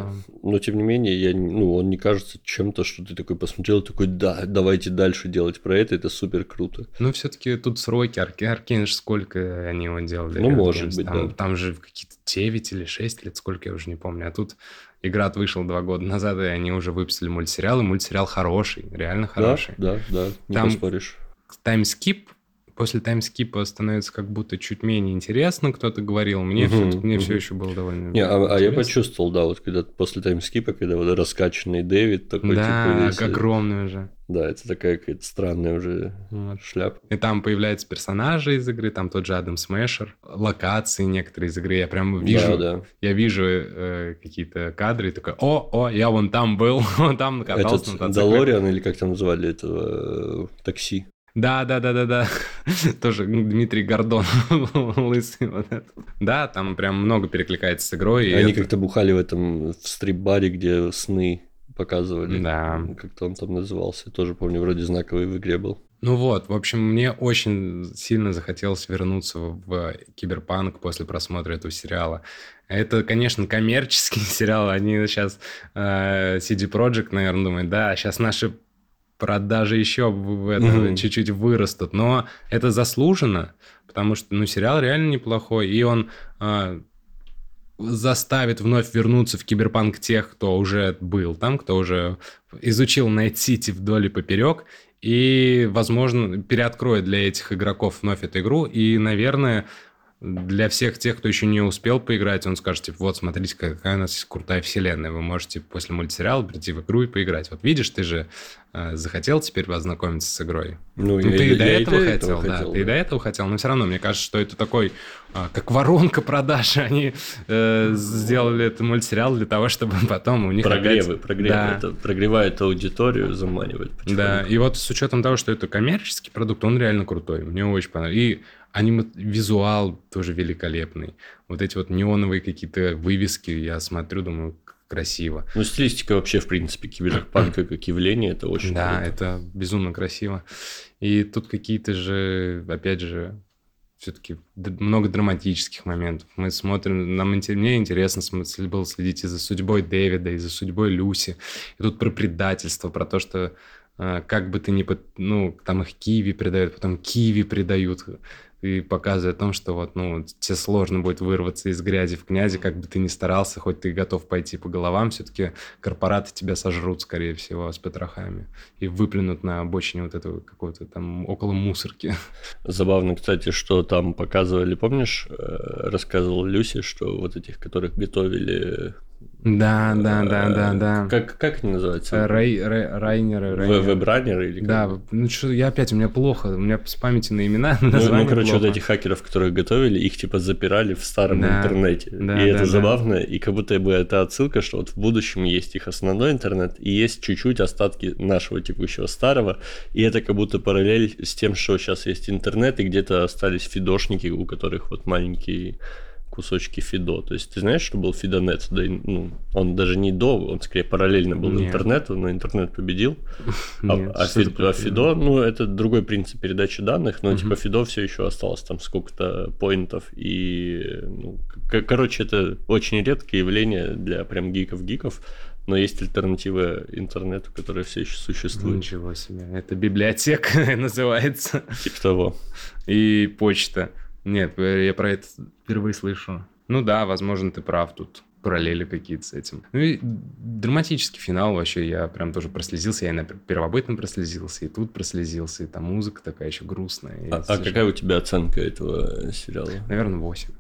не менее, он не кажется чем-то, что ты такой посмотрел, такой, да, давайте дальше делать про это супер круто. Ну, все-таки тут сроки, Аркейн же сколько они его делали? Ну, может быть, да. Там же какие-то 9 или 6 лет, сколько я уже не помню. А тут игра вышел 2 года назад, и они уже выпустили мультсериал, и мультсериал хороший, реально хороший. Да, не поспоришь. Таймскип, после таймскипа становится как будто чуть менее интересно, кто-то говорил. Мне все еще было довольно интересно. Я почувствовал, да, вот когда после таймскипа, когда вот раскачанный Дэвид такой, да, типа... огромный уже. Да, это такая какая-то странная уже шляпа. И там появляются персонажи из игры, там тот же Адам Смешер, локации некоторые из игры. Я прям вижу, я вижу какие-то кадры и такой, я вон там был, вон там катался на мотоцикле. Долориан, или как там называли этого, такси. Да. Тоже Дмитрий Гордон лысый вот этот. Да, там прям много перекликается с игрой. Они как-то бухали в стрип-баре, где сны показывали. Да. Как-то он там назывался. Тоже помню, вроде знаковый в игре был. Ну вот, в общем, мне очень сильно захотелось вернуться в Киберпанк после просмотра этого сериала. Это, конечно, коммерческий сериал. Они сейчас CD Projekt, наверное, думают, да, сейчас наши продажи еще чуть-чуть вырастут. Но это заслуженно, потому что, сериал реально неплохой, и он... заставит вновь вернуться в Киберпанк тех, кто уже был там, кто уже изучил Найт-Сити вдоль и поперек, и, возможно, переоткроет для этих игроков вновь эту игру, и, наверное, для всех тех, кто еще не успел поиграть, он скажет, типа, вот, смотрите, какая у нас есть крутая вселенная, вы можете после мультсериала прийти в игру и поиграть. Вот видишь, ты же захотел теперь познакомиться с игрой. Ты и до этого хотел, да. Ты и до этого хотел, но все равно, мне кажется, что это такой, как воронка продаж, они сделали этот мультсериал для того, чтобы потом у них прогревы. Да. Это прогревает аудиторию, заманивает потихоньку. Да, и вот с учетом того, что это коммерческий продукт, он реально крутой, мне очень понравился. И визуал тоже великолепный. Вот эти вот неоновые какие-то вывески, я смотрю, думаю, красиво. Стилистика вообще, в принципе, киберпанка как явление, это очень круто. Да, это безумно красиво. И тут какие-то же, опять же, все-таки много драматических моментов. Мы смотрим, мне интересно было следить и за судьбой Дэвида, и за судьбой Люси. И тут про предательство, про то, что как бы ты ни... там их Киви предают, потом Киви предают. И показывает о том, что тебе сложно будет вырваться из грязи в князи, как бы ты ни старался, хоть ты готов пойти по головам, все-таки корпораты тебя сожрут, скорее всего, с потрохами и выплюнут на обочине вот этого какого-то там около мусорки. Забавно, кстати, что там показывали, помнишь, рассказывал Люси, что вот этих, которых готовили Да. Как они называются? Райнеры. Вебранеры или как? Да, ну что, у меня плохо, у меня с памяти на имена, Ну, название короче, плохо. вот этих хакеров, которых готовили, их типа запирали в старом интернете. Да, и это забавно, и как будто бы это отсылка, что вот в будущем есть их основной интернет, и есть чуть-чуть остатки нашего текущего старого, и это как будто параллель с тем, что сейчас есть интернет, и где-то остались фидошники, у которых вот маленькие кусочки Фидо. То есть ты знаешь, что был Фидонет? Да, ну, он даже не он скорее параллельно был интернету, но интернет победил. А Фидо, ну, это другой принцип передачи данных, но типа Фидо все еще осталось там сколько-то поинтов. И, ну, короче, это очень редкое явление для прям гиков, но есть альтернатива интернету, которая все еще существует. Ничего себе. Это библиотека называется. Типа того. И почта. Нет, я про это впервые слышу. Ну да, возможно, ты прав, тут параллели какие-то с этим. Ну и драматический финал вообще, я прям тоже прослезился, я и на первобытном прослезился, и тут прослезился, и там музыка такая еще грустная. А какая у тебя оценка этого сериала? Наверное, 8.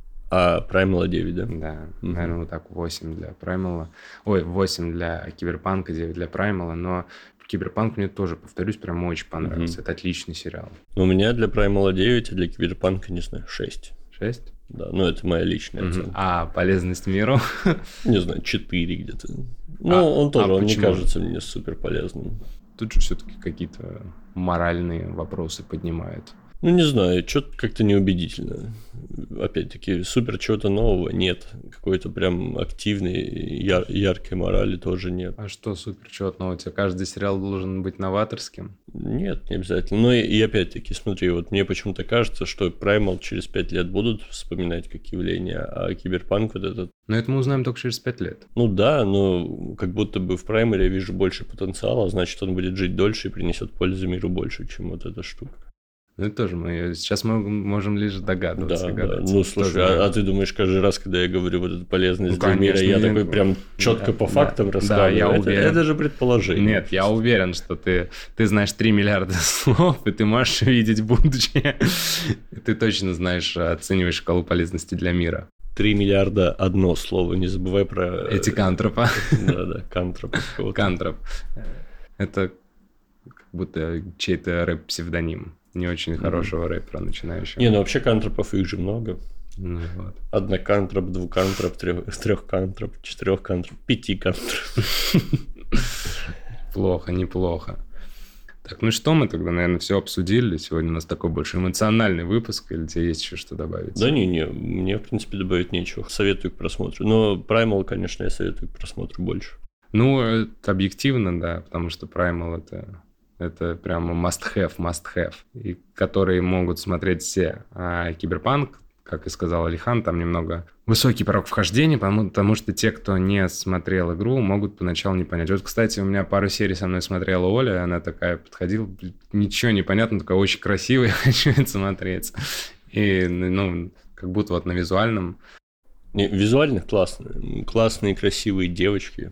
А Primal 9, да? Да, наверное, вот так 8 для Primal. Ой, 8 для Киберпанка, 9 для Primal, но Киберпанк мне тоже, повторюсь, прям очень понравился. Это отличный сериал. У меня для Primal 9, а для Киберпанка, не знаю, 6. 6? Да, ну это моя личная оценка. А полезность миру? Не знаю, 4 где-то. Ну, он тоже, он не кажется мне супер полезным. Тут же все-таки какие-то моральные вопросы поднимает. Ну, не знаю, что-то как-то неубедительно. Опять-таки, супер чего-то нового нет. Какой-то прям активной, яркой морали тоже нет. А что супер чего-то нового? У тебя каждый сериал должен быть новаторским? Нет, не обязательно. Но и опять-таки, смотри, вот мне почему-то кажется, что Primal через 5 лет будут вспоминать как явление, а Киберпанк вот этот... Но это мы узнаем только через 5 лет. Ну да, но как будто бы в Primal я вижу больше потенциала, значит, он будет жить дольше и принесет пользу миру больше, чем вот эта штука. Ну, это тоже мы сейчас можем лишь догадываться. Да. Ну, слушай, а ты думаешь, каждый раз, когда я говорю вот эту полезность для мира, я такой прям четко по фактам рассказываю? Да, я уверен. Это же предположение. Нет, я уверен, что ты знаешь 3 миллиарда слов, и ты можешь видеть будущее. Ты точно знаешь, оцениваешь шкалу полезности для мира. 3 миллиарда одно слово, не забывай про... Этикантропа. Да, кантроп. Кантроп. Это как будто чей-то рэп-псевдоним. Не очень хорошего рэпера начинающего. Не, ну вообще кантропов их же много. Ну, вот. Однокантроп, двукантроп, трехкантроп, четырехкантроп, пятикантроп. Плохо, неплохо. Так, ну что, мы тогда, наверное, все обсудили. Сегодня у нас такой больше эмоциональный выпуск. Или тебе есть еще что добавить? Да не, мне, в принципе, добавить нечего. Советую к просмотру. Но Primal, конечно, я советую к просмотру больше. Ну, это объективно, да, потому что Primal это прямо must-have, и которые могут смотреть все. А Киберпанк, как и сказал Алихан, там немного высокий порог вхождения, потому что те, кто не смотрел игру, могут поначалу не понять. Вот, кстати, у меня пару серий со мной смотрела Оля, и она такая подходила, ничего не понятно, такая очень красивая, хочу это смотреть. И, ну, как будто вот на визуальном... Не, визуально классные, красивые девочки.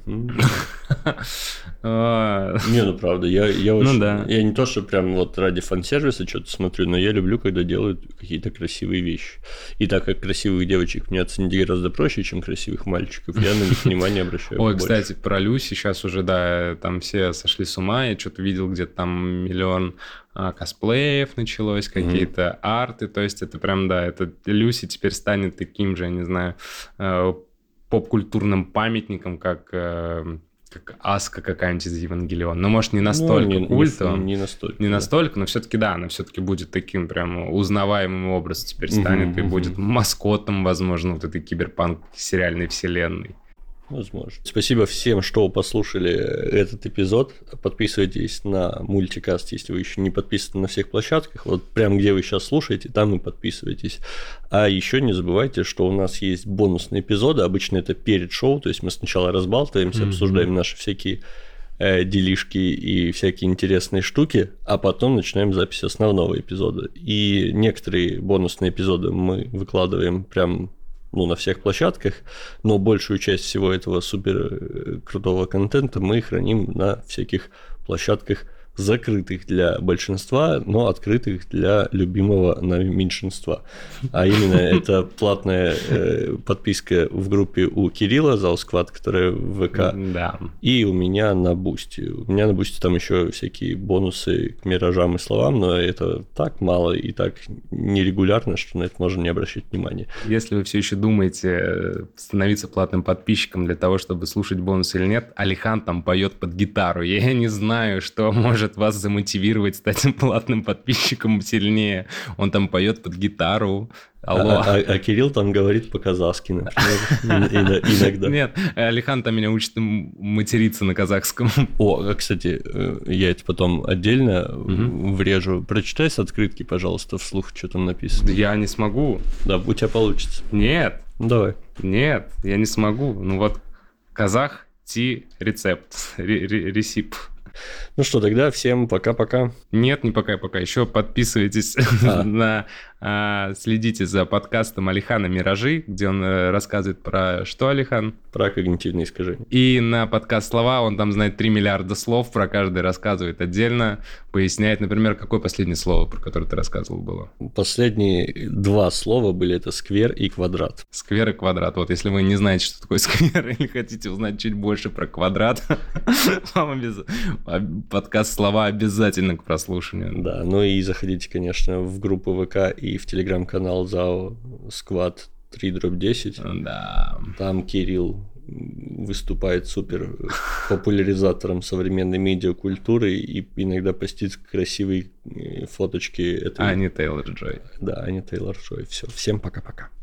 Не, ну правда, я очень... Я не то, что прям вот ради фан-сервиса что-то смотрю, но я люблю, когда делают какие-то красивые вещи. И так как красивых девочек мне оценить гораздо проще, чем красивых мальчиков, я на них внимание обращаю. Ой, кстати, про Люси сейчас уже, да, там все сошли с ума, я что-то видел где-то там миллион косплеев началось, какие-то арты, то есть это прям, да, это Люси теперь станет таким же, я не знаю, поп-культурным памятником, как Аска какая-нибудь из Евангелиона. Ну, может, не настолько культовым. Не настолько, но все-таки, да, она все-таки будет таким прям узнаваемым образом теперь станет и будет маскотом, возможно, вот этой киберпанк-сериальной вселенной. Возможно. Спасибо всем, что послушали этот эпизод. Подписывайтесь на мультикаст, если вы еще не подписаны на всех площадках. Вот прям где вы сейчас слушаете, там и подписывайтесь. А еще не забывайте, что у нас есть бонусные эпизоды. Обычно это перед шоу, то есть мы сначала разбалтываемся, обсуждаем наши всякие делишки и всякие интересные штуки, а потом начинаем запись основного эпизода. И некоторые бонусные эпизоды мы выкладываем прям на всех площадках, но большую часть всего этого супер крутого контента мы храним на всяких площадках с закрытых для большинства, но открытых для любимого нами меньшинства. А именно это платная подписка в группе у Кирилла Заусквад, которая в ВК, да. И у меня на Бусти. У меня на Бусти там еще всякие бонусы к миражам и словам, но это так мало и так нерегулярно, что на это можно не обращать внимания. Если вы все еще думаете становиться платным подписчиком для того, чтобы слушать бонусы или нет, Алихан там поет под гитару. Я не знаю, что может вас замотивировать стать платным подписчиком сильнее. Он там поет под гитару. Алло. А Кирилл там говорит по-казахски, например, иногда. Нет, Алихан там меня учит материться на казахском. О, кстати, я это потом отдельно врежу. Прочитай с открытки, пожалуйста, вслух, что там написано. Я не смогу. Да, у тебя получится. Нет. Давай. Нет, я не смогу. Ну вот, казах ти рецепт, ресип. Ну что, тогда всем пока-пока. Нет, не пока-пока. Еще подписывайтесь следите за подкастом Алихана «Миражи», где он рассказывает про что, Алихан? Про когнитивные искажения. И на подкаст «Слова» он там знает 3 миллиарда слов, про каждый рассказывает отдельно, поясняет, например, какое последнее слово, про которое ты рассказывал, было? Последние 2 слова были это сквер и квадрат. Сквер и квадрат. Вот если вы не знаете, что такое сквер, или хотите узнать чуть больше про квадрат, вам подкаст «Слова» обязательно к прослушиванию. Да, ну и заходите, конечно, в группу ВК и в телеграм-канал ЗАО Сквад 3/10. Да. Там Кирилл выступает супер популяризатором современной медиакультуры и иногда постит красивые фоточки. Ани Тейлор-Джой. Да, Ани Тейлор-Джой. Все, всем пока-пока.